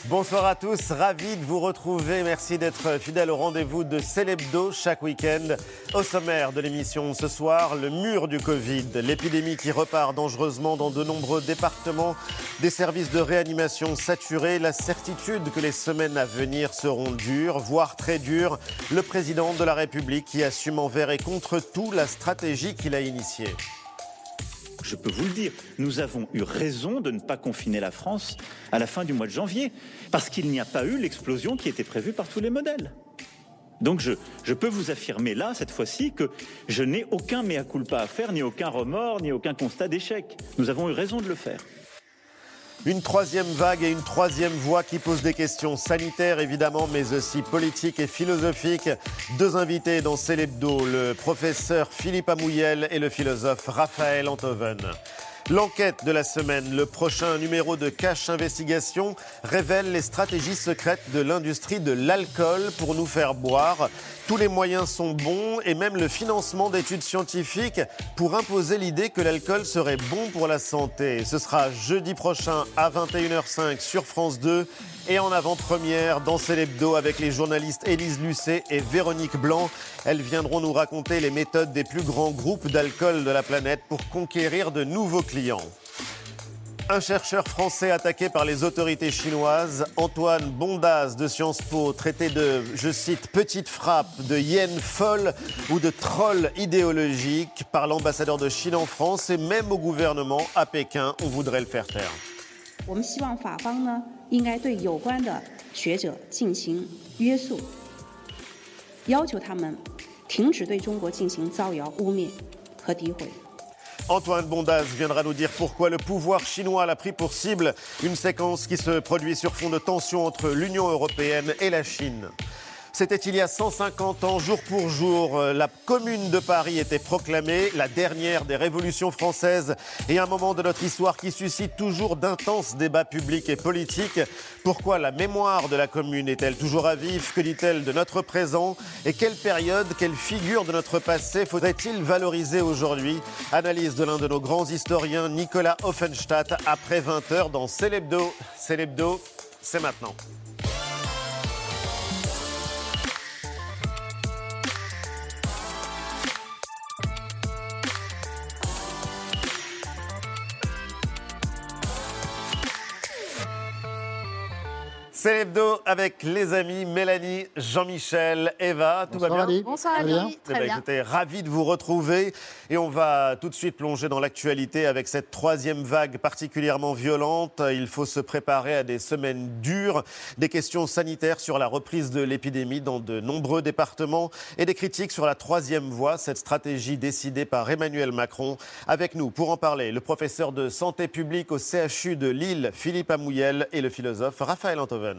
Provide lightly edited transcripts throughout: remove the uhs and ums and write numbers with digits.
Bonsoir à tous, ravi de vous retrouver. Merci d'être fidèles au rendez-vous de Célébdo chaque week-end. Au sommaire de l'émission ce soir, le mur du Covid, l'épidémie qui repart dangereusement dans de nombreux départements, des services de réanimation saturés, la certitude que les semaines à venir seront dures, voire très dures. Le président de la République qui assume envers et contre tout la stratégie qu'il a initiée. Je peux vous le dire, nous avons eu raison de ne pas confiner la France à la fin du mois de janvier, parce qu'il n'y a pas eu l'explosion qui était prévue par tous les modèles. Donc je peux vous affirmer là, cette fois-ci, que je n'ai aucun mea culpa à faire, ni aucun remords, ni aucun constat d'échec. Nous avons eu raison de le faire. Une troisième vague et une troisième voie qui posent des questions sanitaires évidemment, mais aussi politiques et philosophiques. Deux invités dans Célébdo, le professeur Philippe Amouyel et le philosophe Raphaël Enthoven. L'enquête de la semaine, le prochain numéro de Cash Investigation révèle les stratégies secrètes de l'industrie de l'alcool pour nous faire boire. Tous les moyens sont bons et même le financement d'études scientifiques pour imposer l'idée que l'alcool serait bon pour la santé. Ce sera jeudi prochain à 21h05 sur France 2 et en avant-première dans Célébdo avec les journalistes Élise Lucet et Véronique Blanc. Elles viendront nous raconter les méthodes des plus grands groupes d'alcool de la planète pour conquérir de nouveaux clients. Un chercheur français attaqué par les autorités chinoises, Antoine Bondaz de Sciences Po, traité de, je cite, petite frappe, de hyène folle ou de troll idéologique par l'ambassadeur de Chine en France et même au gouvernement à Pékin, on voudrait le faire taire. 我们希望法方呢，应该对有关的学者进行约束，要求他们停止对中国进行造谣、污蔑和诋毁。 Antoine Bondaz viendra nous dire pourquoi le pouvoir chinois l'a pris pour cible. Une séquence qui se produit sur fond de tension entre l'Union européenne et la Chine. C'était il y a 150 ans, jour pour jour, la Commune de Paris était proclamée, la dernière des révolutions françaises et un moment de notre histoire qui suscite toujours d'intenses débats publics et politiques. Pourquoi la mémoire de la Commune est-elle toujours à vif? Que dit-elle de notre présent? Et quelle période, quelle figure de notre passé faudrait-il valoriser aujourd'hui? Analyse de l'un de nos grands historiens, Nicolas Offenstadt, après 20h dans Célébdo. Célébdo, c'est maintenant. Célébdo avec les amis Mélanie, Jean-Michel, Eva, tout va bien? Ali. Bonsoir Ali, très bien. Écoutez, ravi de vous retrouver et on va tout de suite plonger dans l'actualité avec cette troisième vague particulièrement violente. Il faut se préparer à des semaines dures, des questions sanitaires sur la reprise de l'épidémie dans de nombreux départements et des critiques sur la troisième voie, cette stratégie décidée par Emmanuel Macron. Avec nous pour en parler, le professeur de santé publique au CHU de Lille, Philippe Amouyel, et le philosophe Raphaël Enthoven.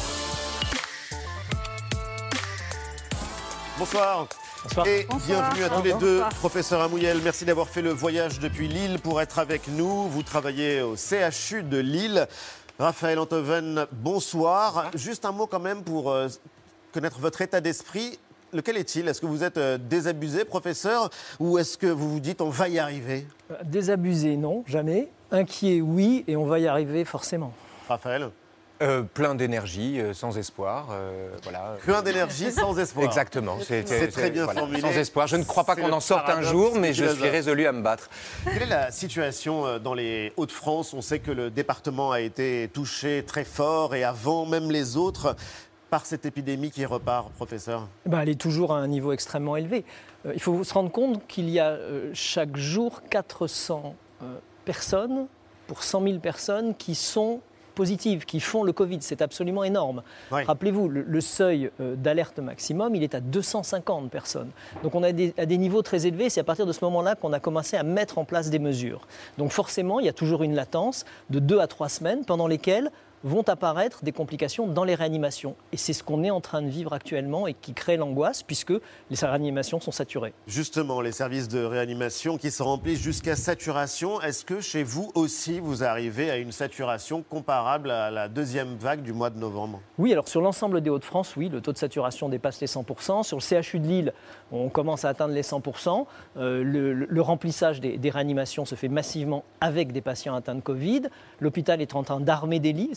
Bonsoir. Bonsoir. Et bienvenue à tous les deux. Bonsoir. Professeur Amouyel, merci d'avoir fait le voyage depuis Lille pour être avec nous. Vous travaillez au CHU de Lille. Raphaël Enthoven, bonsoir. Juste un mot quand même pour connaître votre état d'esprit. Lequel est-il? Est-ce que vous êtes désabusé, professeur, ou est-ce que vous vous dites on va y arriver? Désabusé, non, jamais. Inquiet, oui, et on va y arriver forcément. Raphaël? Plein d'énergie, sans espoir. Voilà. Plein d'énergie, sans espoir. Exactement. C'est très bien formulé. Sans espoir. Je ne crois pas qu'on en sorte un jour, mais je suis résolu à me battre. Quelle est la situation dans les Hauts-de-France? On sait que le département a été touché très fort et avant même les autres par cette épidémie qui repart, professeur. Elle est toujours à un niveau extrêmement élevé. Il faut se rendre compte qu'il y a chaque jour 400 personnes, pour 100 000 personnes, qui sont positives, qui font le Covid. C'est absolument énorme. Oui. Rappelez-vous, le seuil d'alerte maximum, il est à 250 personnes. Donc on est à des niveaux très élevés. C'est à partir de ce moment-là qu'on a commencé à mettre en place des mesures. Donc forcément, il y a toujours une latence de 2 à 3 semaines pendant lesquelles vont apparaître des complications dans les réanimations. Et c'est ce qu'on est en train de vivre actuellement et qui crée l'angoisse puisque les réanimations sont saturées. Justement, les services de réanimation qui se remplissent jusqu'à saturation. Est-ce que chez vous aussi, vous arrivez à une saturation comparable à la deuxième vague du mois de novembre? Oui, alors sur l'ensemble des Hauts-de-France, oui, le taux de saturation dépasse les 100%. Sur le CHU de Lille, on commence à atteindre les 100%. Le remplissage des réanimations se fait massivement avec des patients atteints de Covid. L'hôpital est en train d'armer des lits,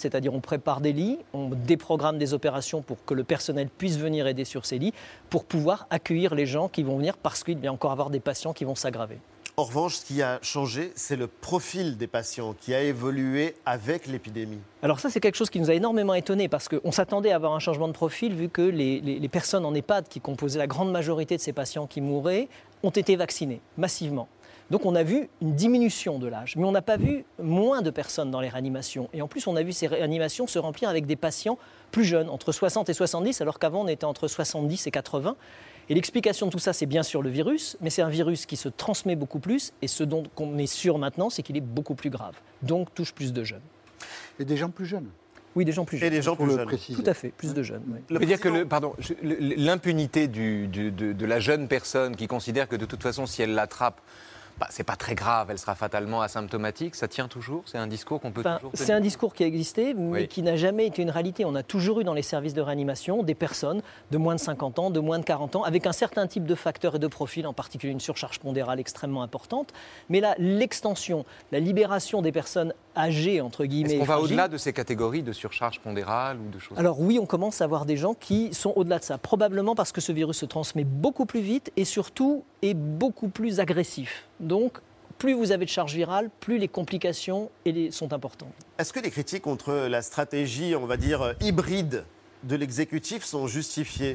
c'est-à-dire on prépare des lits, on déprogramme des opérations pour que le personnel puisse venir aider sur ces lits, pour pouvoir accueillir les gens qui vont venir parce qu'il va y encore avoir des patients qui vont s'aggraver. En revanche, ce qui a changé, c'est le profil des patients qui a évolué avec l'épidémie. Alors ça, c'est quelque chose qui nous a énormément étonnés parce qu'on s'attendait à avoir un changement de profil vu que les personnes en EHPAD qui composaient la grande majorité de ces patients qui mouraient ont été vaccinées massivement. Donc on a vu une diminution de l'âge, mais on n'a pas vu moins de personnes dans les réanimations. Et en plus, on a vu ces réanimations se remplir avec des patients plus jeunes, entre 60 et 70, alors qu'avant on était entre 70 et 80. Et l'explication de tout ça, c'est bien sûr le virus, mais c'est un virus qui se transmet beaucoup plus, et ce dont on est sûr maintenant, c'est qu'il est beaucoup plus grave, donc touche plus de jeunes. Et des gens plus jeunes. Oui, des gens plus jeunes. Et des gens plus jeunes. Tout à fait, plus de jeunes. Oui. Je veux dire que l'impunité de la jeune personne qui considère que de toute façon, si elle l'attrape, c'est pas très grave, elle sera fatalement asymptomatique, ça tient toujours? C'est un discours qu'on peut toujours tenir? C'est un discours qui a existé, mais oui, qui n'a jamais été une réalité. On a toujours eu dans les services de réanimation des personnes de moins de 50 ans, de moins de 40 ans, avec un certain type de facteurs et de profils, en particulier une surcharge pondérale extrêmement importante. Mais là, l'extension, la libération des personnes âgées, entre guillemets... Est-ce qu'on va au-delà de ces catégories de surcharge pondérale ou de choses? Alors oui, on commence à voir des gens qui sont au-delà de ça, probablement parce que ce virus se transmet beaucoup plus vite et surtout est beaucoup plus agressif. Donc, plus vous avez de charge virale, plus les complications sont importantes. Est-ce que les critiques contre la stratégie, on va dire, hybride de l'exécutif sont justifiées?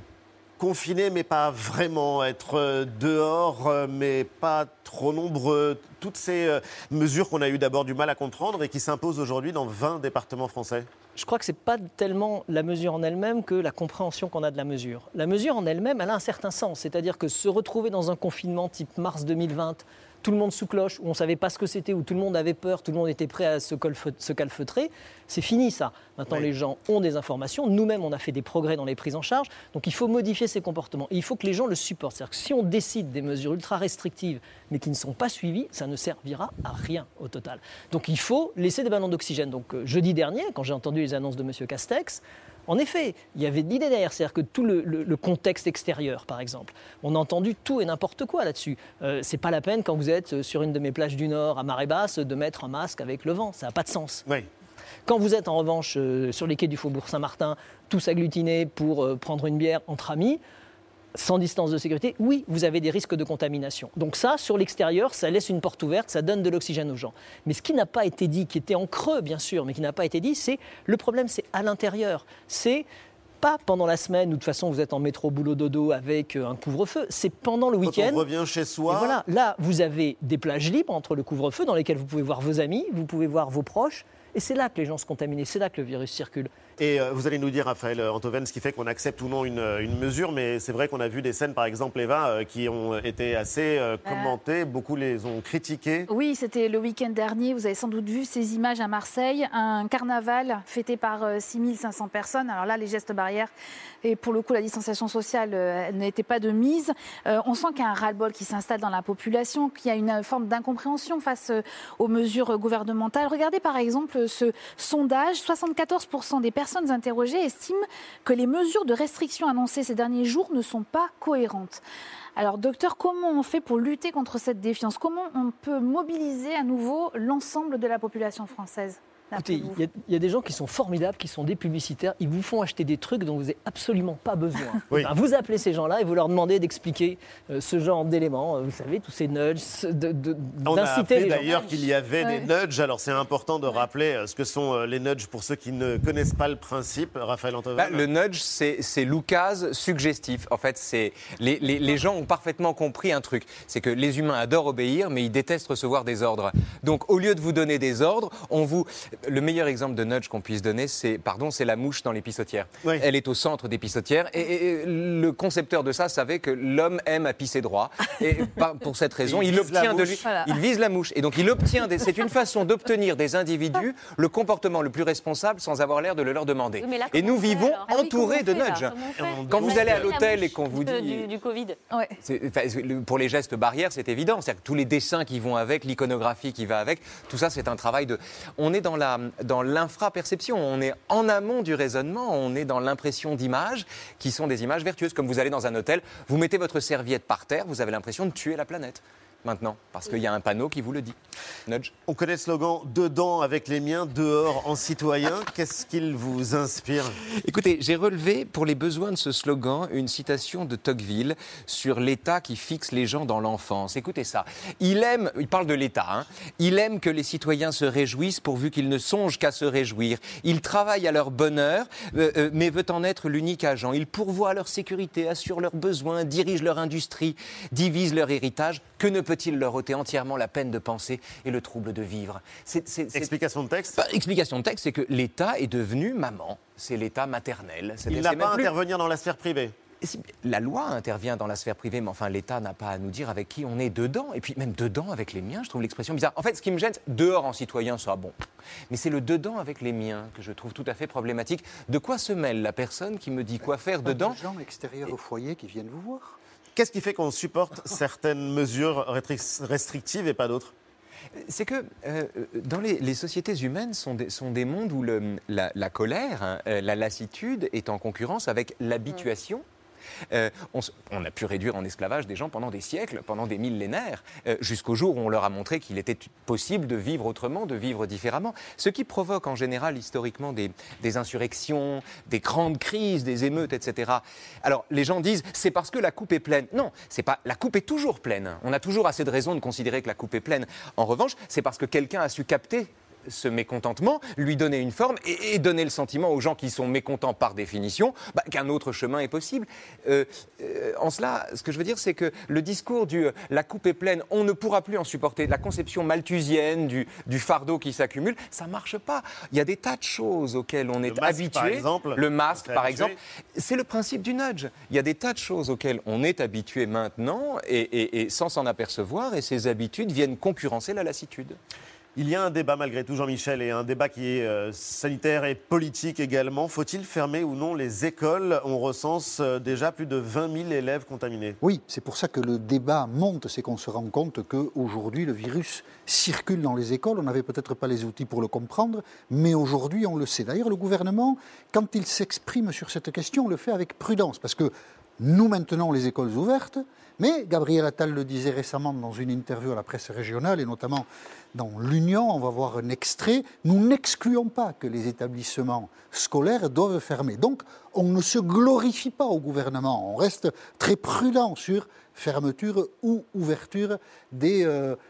Confiner, mais pas vraiment, être dehors, mais pas trop nombreux. Toutes ces mesures qu'on a eu d'abord du mal à comprendre et qui s'imposent aujourd'hui dans 20 départements français. Je crois que ce n'est pas tellement la mesure en elle-même que la compréhension qu'on a de la mesure. La mesure en elle-même, elle a un certain sens. C'est-à-dire que se retrouver dans un confinement type mars 2020, tout le monde sous cloche, où on ne savait pas ce que c'était, où tout le monde avait peur, tout le monde était prêt à se calfeutrer, c'est fini ça. Maintenant, les gens ont des informations. Nous-mêmes, on a fait des progrès dans les prises en charge. Donc, il faut modifier ces comportements. Et il faut que les gens le supportent. C'est-à-dire que si on décide des mesures ultra restrictives, mais qui ne sont pas suivies, ça ne servira à rien au total. Donc, il faut laisser des ballons d'oxygène. Donc, jeudi dernier, quand j'ai entendu les annonces de M. Castex, en effet, il y avait de l'idée derrière, c'est-à-dire que tout le contexte extérieur, par exemple, on a entendu tout et n'importe quoi là-dessus. C'est pas la peine, quand vous êtes sur une de mes plages du Nord, à marée basse, de mettre un masque avec le vent. Ça n'a pas de sens. Oui. Quand vous êtes en revanche sur les quais du Faubourg Saint-Martin, tous agglutinés pour prendre une bière entre amis, sans distance de sécurité, oui, vous avez des risques de contamination. Donc ça, sur l'extérieur, ça laisse une porte ouverte, ça donne de l'oxygène aux gens. Mais ce qui n'a pas été dit, qui était en creux, bien sûr, mais qui n'a pas été dit, c'est le problème, c'est à l'intérieur. C'est pas pendant la semaine où de toute façon vous êtes en métro boulot dodo avec un couvre-feu, c'est pendant le week-end. Quand on revient chez soi. Et voilà, là, vous avez des plages libres entre le couvre-feu dans lesquelles vous pouvez voir vos amis, vous pouvez voir vos proches. Et c'est là que les gens se contaminent, c'est là que le virus circule. Et vous allez nous dire, Raphaël Antoven, ce qui fait qu'on accepte ou non une mesure, mais c'est vrai qu'on a vu des scènes, par exemple, Eva, qui ont été assez commentées, beaucoup les ont critiquées. Oui, c'était le week-end dernier, vous avez sans doute vu ces images à Marseille, un carnaval fêté par 6500 personnes. Alors là, les gestes barrières et pour le coup, la distanciation sociale n'était pas de mise. On sent qu'il y a un ras-le-bol qui s'installe dans la population, qu'il y a une forme d'incompréhension face aux mesures gouvernementales. Regardez par exemple ce sondage, 74% des personnes interrogées estiment que les mesures de restriction annoncées ces derniers jours ne sont pas cohérentes. Alors, docteur, comment on fait pour lutter contre cette défiance? Comment on peut mobiliser à nouveau l'ensemble de la population française? Écoutez, il y a des gens qui sont formidables, qui sont des publicitaires. Ils vous font acheter des trucs dont vous n'avez absolument pas besoin. Oui. Enfin, vous appelez ces gens-là et vous leur demandez d'expliquer ce genre d'éléments. Vous savez, tous ces nudges, On a d'inciter appris les gens. d'ailleurs qu'il y avait des nudges. Alors c'est important de rappeler ce que sont les nudges pour ceux qui ne connaissent pas le principe. Raphaël Antoven. Le nudge, c'est l'oukase suggestif. En fait, les gens ont parfaitement compris un truc. C'est que les humains adorent obéir, mais ils détestent recevoir des ordres. Donc, au lieu de vous donner des ordres, le meilleur exemple de nudge qu'on puisse donner, c'est la mouche dans les pissotières. Oui. Elle est au centre des pissotières. Et le concepteur de ça savait que l'homme aime à pisser droit. Et pour cette raison, il obtient de lui. Voilà. Il vise la mouche. Et donc, il obtient c'est une façon d'obtenir des individus le comportement le plus responsable sans avoir l'air de le leur demander. Oui, et nous vivons entourés de nudge. Quand vous allez à l'hôtel et qu'on vous dit. Du Covid. Ouais. Pour les gestes barrières, c'est évident. C'est-à-dire que tous les dessins qui vont avec, l'iconographie qui va avec, tout ça, c'est un travail de. On est dans l'infraperception, on est en amont du raisonnement, on est dans l'impression d'images qui sont des images vertueuses. Comme vous allez dans un hôtel, vous mettez votre serviette par terre, vous avez l'impression de tuer la planète. maintenant, parce qu'il y a un panneau qui vous le dit. Nudge. On connaît le slogan « Dedans avec les miens, dehors en citoyen ». Qu'est-ce qu'il vous inspire ? Écoutez, j'ai relevé pour les besoins de ce slogan une citation de Tocqueville sur l'État qui fixe les gens dans l'enfance. Écoutez ça. Il parle de l'État, hein. Il aime que les citoyens se réjouissent pourvu qu'ils ne songent qu'à se réjouir. Il travaille à leur bonheur, mais veut en être l'unique agent. Il pourvoit à leur sécurité, assure leurs besoins, dirige leur industrie, divise leur héritage. Que ne peut-il leur ôter entièrement la peine de penser et le trouble de vivre ? Explication de texte ? Explication de texte, c'est que l'État est devenu maman. C'est l'État maternel. Il n'a pas à intervenir dans la sphère privée. La loi intervient dans la sphère privée, mais enfin l'État n'a pas à nous dire avec qui on est dedans. Et puis même dedans avec les miens, je trouve l'expression bizarre. En fait, ce qui me gêne, dehors en citoyen, ça bon. Mais c'est le dedans avec les miens que je trouve tout à fait problématique. De quoi se mêle la personne qui me dit quoi faire dedans ? Des gens extérieurs au foyer qui viennent vous voir. Qu'est-ce qui fait qu'on supporte certaines mesures restrictives et pas d'autres ? C'est que dans les sociétés humaines sont des mondes où la colère, hein, la lassitude est en concurrence avec l'habituation. On a pu réduire en esclavage des gens pendant des siècles, pendant des millénaires, jusqu'au jour où on leur a montré qu'il était possible de vivre autrement, de vivre différemment. Ce qui provoque en général historiquement des insurrections, des grandes crises, des émeutes, etc. Alors les gens disent c'est parce que la coupe est pleine. Non, c'est pas. La coupe est toujours pleine. On a toujours assez de raisons de considérer que la coupe est pleine. En revanche, c'est parce que quelqu'un a su capter ce mécontentement, lui donner une forme et donner le sentiment aux gens qui sont mécontents par définition qu'un autre chemin est possible. En cela, ce que je veux dire, c'est que le discours la coupe est pleine, on ne pourra plus en supporter, la conception malthusienne du fardeau qui s'accumule, ça ne marche pas. Il y a des tas de choses auxquelles on est habitué. Le masque, par exemple. C'est le principe du nudge. Il y a des tas de choses auxquelles on est habitué maintenant et sans s'en apercevoir, et ces habitudes viennent concurrencer la lassitude. Il y a un débat malgré tout, Jean-Michel, et un débat qui est sanitaire et politique également. Faut-il fermer ou non les écoles ? On recense déjà plus de 20 000 élèves contaminés. Oui, c'est pour ça que le débat monte, c'est qu'on se rend compte qu'aujourd'hui le virus circule dans les écoles. On n'avait peut-être pas les outils pour le comprendre, mais aujourd'hui on le sait. D'ailleurs, le gouvernement, quand il s'exprime sur cette question, le fait avec prudence, parce que nous maintenons les écoles ouvertes, mais Gabriel Attal le disait récemment dans une interview à la presse régionale, et notamment dans l'Union, on va voir un extrait, nous n'excluons pas que les établissements scolaires doivent fermer. Donc, on ne se glorifie pas au gouvernement, on reste très prudent sur fermeture ou ouverture des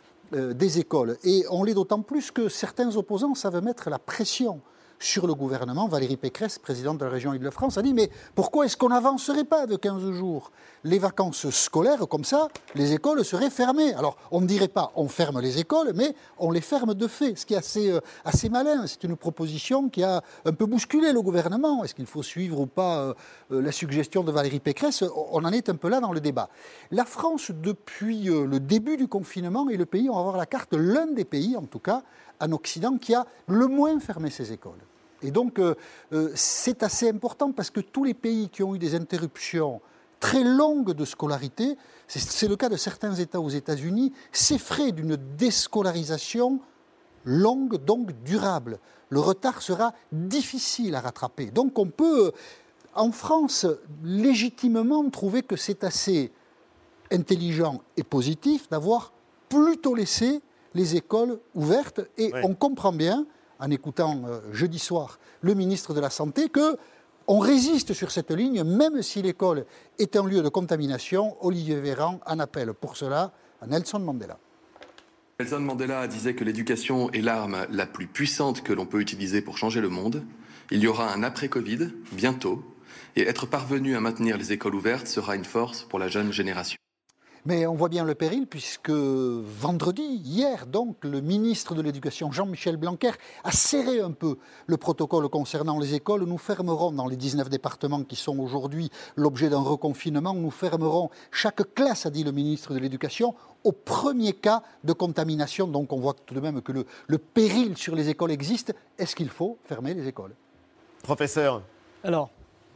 écoles. Et on l'est d'autant plus que certains opposants savent mettre la pression sur le gouvernement. Valérie Pécresse, présidente de la région Île-de-France, a dit « Mais pourquoi est-ce qu'on n'avancerait pas de 15 jours les vacances scolaires, comme ça, les écoles seraient fermées ?» Alors, on ne dirait pas « on ferme les écoles », mais on les ferme de fait, ce qui est assez malin. C'est une proposition qui a un peu bousculé le gouvernement. Est-ce qu'il faut suivre ou pas la suggestion de Valérie Pécresse ? On en est un peu là dans le débat. La France, depuis le début du confinement, est le pays, on va voir la carte, l'un des pays, en tout cas, en Occident, qui a le moins fermé ses écoles. Et donc, c'est assez important parce que tous les pays qui ont eu des interruptions très longues de scolarité, c'est le cas de certains États aux États-Unis, s'effraient d'une déscolarisation longue, donc durable. Le retard sera difficile à rattraper. Donc, on peut, en France, légitimement trouver que c'est assez intelligent et positif d'avoir plutôt laissé les écoles ouvertes. Et on comprend bien, en écoutant jeudi soir le ministre de la Santé, qu'on résiste sur cette ligne, même si l'école est un lieu de contamination. Olivier Véran en appelle pour cela à Nelson Mandela. Nelson Mandela disait que l'éducation est l'arme la plus puissante que l'on peut utiliser pour changer le monde. Il y aura un après-Covid, bientôt, et être parvenu à maintenir les écoles ouvertes sera une force pour la jeune génération. Mais on voit bien le péril puisque vendredi, hier donc, le ministre de l'Éducation, Jean-Michel Blanquer, a serré un peu le protocole concernant les écoles. Nous fermerons dans les 19 départements qui sont aujourd'hui l'objet d'un reconfinement, nous fermerons chaque classe, a dit le ministre de l'Éducation, au premier cas de contamination. Donc on voit tout de même que le péril sur les écoles existe. Est-ce qu'il faut fermer les écoles ? Professeur. Alors,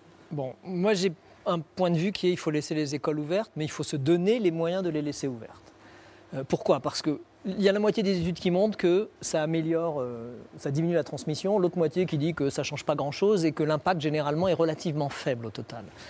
moi j'ai un point de vue qui est il faut laisser les écoles ouvertes, mais il faut se donner les moyens de les laisser ouvertes. Pourquoi ? Parce qu'il y a la moitié des études qui montrent que ça améliore, ça diminue la transmission, l'autre moitié qui dit que ça ne change pas grand-chose et que l'impact généralement est relativement faible au total.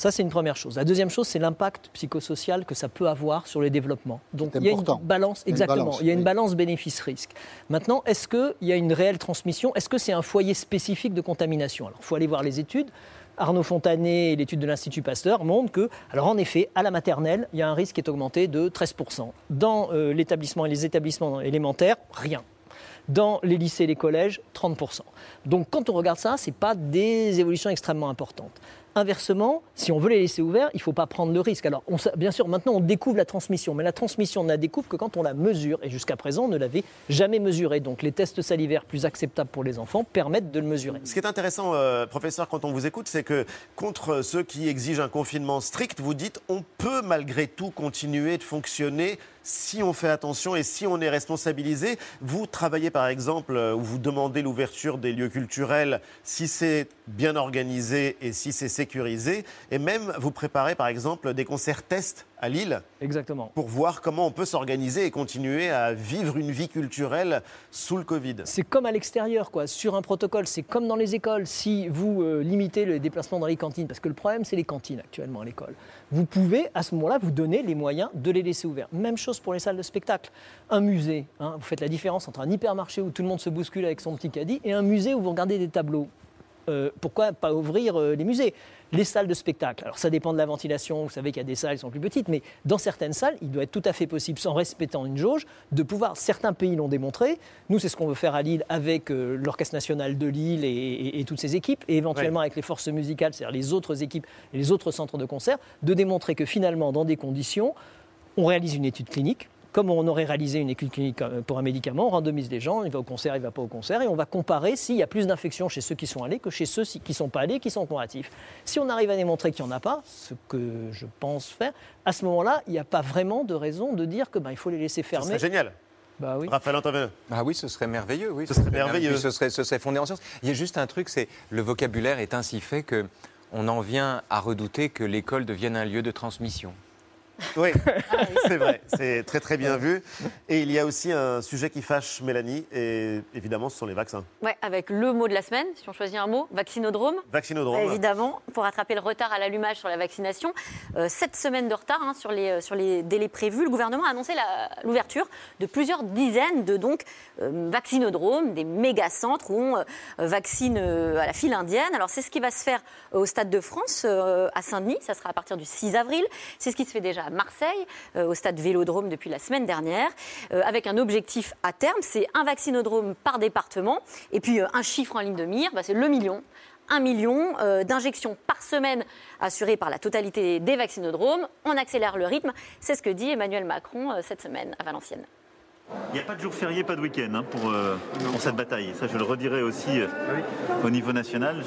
Ça, c'est une première chose. La deuxième chose, c'est l'impact psychosocial que ça peut avoir sur les développements. Donc, il y a une balance, exactement. Il y a une balance bénéfice-risque. Maintenant, est-ce qu'il y a une réelle transmission ? Est-ce que c'est un foyer spécifique de contamination ? Alors, il faut aller voir les études. Arnaud Fontanet et l'étude de l'Institut Pasteur montrent que, alors en effet, à la maternelle, il y a un risque qui est augmenté de 13%. Dans l'établissement et les établissements élémentaires, rien. Dans les lycées et les collèges, 30%. Donc quand on regarde ça, ce n'est pas des évolutions extrêmement importantes. Inversement, si on veut les laisser ouverts, il ne faut pas prendre le risque. Alors, bien sûr, maintenant, on découvre la transmission, mais la transmission, on ne la découvre que quand on la mesure. Et jusqu'à présent, on ne l'avait jamais mesurée. Donc, les tests salivaires plus acceptables pour les enfants permettent de le mesurer. Ce qui est intéressant, professeur, quand on vous écoute, c'est que contre ceux qui exigent un confinement strict, vous dites on peut malgré tout continuer de fonctionner si on fait attention et si on est responsabilisé. Vous travaillez par exemple, ou vous demandez l'ouverture des lieux culturels si c'est bien organisé et si c'est sécurisé. Et même vous préparez par exemple des concerts tests à Lille. Exactement. Pour voir comment on peut s'organiser et continuer à vivre une vie culturelle sous le Covid. C'est comme à l'extérieur, quoi, sur un protocole. C'est comme dans les écoles. Si vous limitez le déplacement dans les cantines, parce que le problème, c'est les cantines actuellement à l'école, vous pouvez, à ce moment-là, vous donner les moyens de les laisser ouverts. Même chose pour les salles de spectacle. Un musée, vous faites la différence entre un hypermarché où tout le monde se bouscule avec son petit caddie et un musée où vous regardez des tableaux. Pourquoi pas ouvrir les musées ? Les salles de spectacle, alors ça dépend de la ventilation, vous savez qu'il y a des salles qui sont plus petites, mais dans certaines salles, il doit être tout à fait possible, sans respectant une jauge, de pouvoir, certains pays l'ont démontré, nous c'est ce qu'on veut faire à Lille avec l'Orchestre National de Lille et toutes ses équipes, et éventuellement avec les forces musicales, c'est-à-dire les autres équipes et les autres centres de concert, de démontrer que finalement, dans des conditions, on réalise une étude clinique, comme on aurait réalisé une étude clinique pour un médicament, on randomise les gens, il va au concert, il ne va pas au concert, et on va comparer s'il y a plus d'infections chez ceux qui sont allés que chez ceux qui ne sont pas allés, qui sont combatifs. Si on arrive à démontrer qu'il n'y en a pas, ce que je pense faire, à ce moment-là, il n'y a pas vraiment de raison de dire qu'il faut les laisser fermer. Ce serait génial. Bah oui. Raphaël Antoine. Ah oui, ce serait merveilleux. Oui. Ce serait merveilleux. Ce serait fondé en science. Il y a juste un truc, c'est le vocabulaire est ainsi fait qu'on en vient à redouter que l'école devienne un lieu de transmission. Oui, c'est vrai, c'est très très bien vu. Et il y a aussi un sujet qui fâche Mélanie, et évidemment ce sont les vaccins. Ouais, avec le mot de la semaine, si on choisit un mot, vaccinodrome. Vaccinodrome. Évidemment, pour rattraper le retard à l'allumage sur la vaccination. 7 semaines de retard sur les délais prévus. Le gouvernement a annoncé l'ouverture de plusieurs dizaines de vaccinodromes, des méga-centres où on vaccine à la file indienne. Alors c'est ce qui va se faire au Stade de France, à Saint-Denis, ça sera à partir du 6 avril. C'est ce qui se fait déjà à Marseille, au stade Vélodrome depuis la semaine dernière, avec un objectif à terme, c'est un vaccinodrome par département, et puis un chiffre en ligne de mire, c'est le million. 1 million d'injections par semaine assurées par la totalité des vaccinodromes. On accélère le rythme, c'est ce que dit Emmanuel Macron cette semaine à Valenciennes. Il n'y a pas de jour férié, pas de week-end pour cette bataille. Ça, je le redirai aussi au niveau national.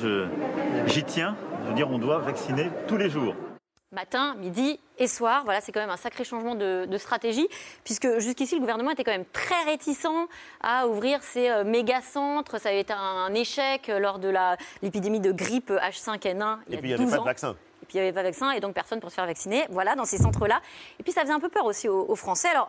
J'y tiens. Je veux dire, on doit vacciner tous les jours. Matin, midi et soir, voilà, c'est quand même un sacré changement de stratégie, puisque jusqu'ici, le gouvernement était quand même très réticent à ouvrir ces méga-centres. Ça avait été un échec lors de l'épidémie de grippe H5N1 il y a 12 ans. Et puis, il n'y avait pas de vaccin. Et puis, il n'y avait pas de vaccin, et donc personne pour se faire vacciner, voilà, dans ces centres-là. Et puis, ça faisait un peu peur aussi aux Français. Alors,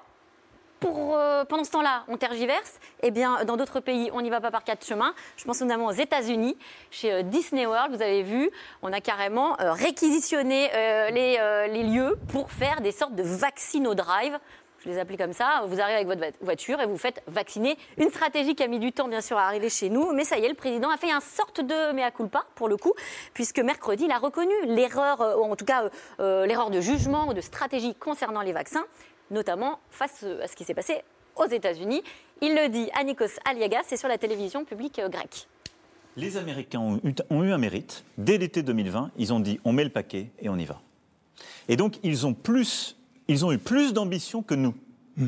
pendant ce temps-là, on tergiverse. Eh bien, dans d'autres pays, on n'y va pas par 4 chemins. Je pense notamment aux États-Unis, chez Disney World. Vous avez vu, on a carrément réquisitionné les lieux pour faire des sortes de vaccinodrive. Je les appelle comme ça. Vous arrivez avec votre voiture et vous faites vacciner. Une stratégie qui a mis du temps, bien sûr, à arriver chez nous. Mais ça y est, le président a fait une sorte de mea culpa, pour le coup, puisque mercredi, il a reconnu l'erreur, ou en tout cas l'erreur de jugement ou de stratégie concernant les vaccins, notamment face à ce qui s'est passé aux États-Unis. Il le dit à Nikos Aliagas, c'est sur la télévision publique grecque. Les Américains ont eu un mérite. Dès l'été 2020, ils ont dit on met le paquet et on y va. Et donc, ils ont eu plus d'ambition que nous.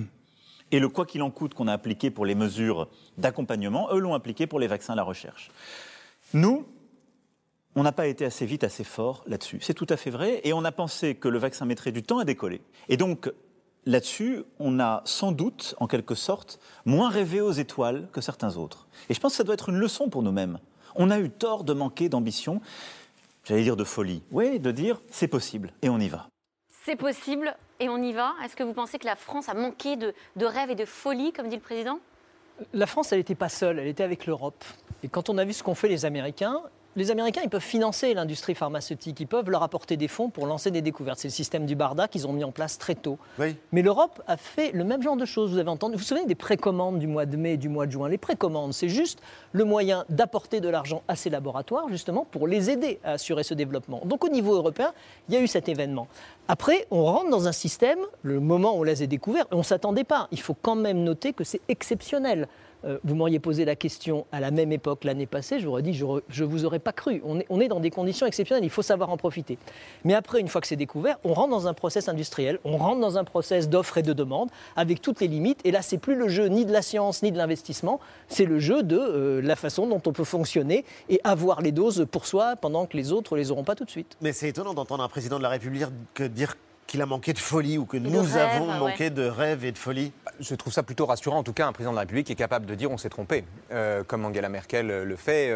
Et le quoi qu'il en coûte qu'on a appliqué pour les mesures d'accompagnement, eux l'ont appliqué pour les vaccins à la recherche. Nous, on n'a pas été assez vite, assez fort là-dessus. C'est tout à fait vrai. Et on a pensé que le vaccin mettrait du temps à décoller. Et donc, là-dessus, on a sans doute, en quelque sorte, moins rêvé aux étoiles que certains autres. Et je pense que ça doit être une leçon pour nous-mêmes. On a eu tort de manquer d'ambition, j'allais dire de folie. Oui, de dire c'est possible et on y va. C'est possible et on y va. Est-ce que vous pensez que la France a manqué de rêve et de folie, comme dit le président ? La France, elle n'était pas seule, elle était avec l'Europe. Et quand on a vu ce qu'ont fait les Américains, les Américains, ils peuvent financer l'industrie pharmaceutique, ils peuvent leur apporter des fonds pour lancer des découvertes. C'est le système du BARDA qu'ils ont mis en place très tôt. Oui. Mais l'Europe a fait le même genre de choses. Vous avez entendu, vous vous souvenez des précommandes du mois de mai et du mois de juin? Les précommandes, c'est juste le moyen d'apporter de l'argent à ces laboratoires, justement, pour les aider à assurer ce développement. Donc au niveau européen, il y a eu cet événement. Après, on rentre dans un système, le moment où on les a découverts, on ne s'attendait pas. Il faut quand même noter que c'est exceptionnel. Vous m'auriez posé la question à la même époque l'année passée, j'aurais dit je ne vous aurais pas cru. On est dans des conditions exceptionnelles, il faut savoir en profiter. Mais après, une fois que c'est découvert, on rentre dans un process industriel, on rentre dans un process d'offre et de demande, avec toutes les limites. Et là, ce n'est plus le jeu ni de la science ni de l'investissement, c'est le jeu de la façon dont on peut fonctionner et avoir les doses pour soi pendant que les autres ne les auront pas tout de suite. Mais c'est étonnant d'entendre un président de la République dire qu'il a manqué de folie ou que nous avons manqué de rêve et de folie. Je trouve ça plutôt rassurant. En tout cas, un président de la République est capable de dire on s'est trompé, comme Angela Merkel le fait.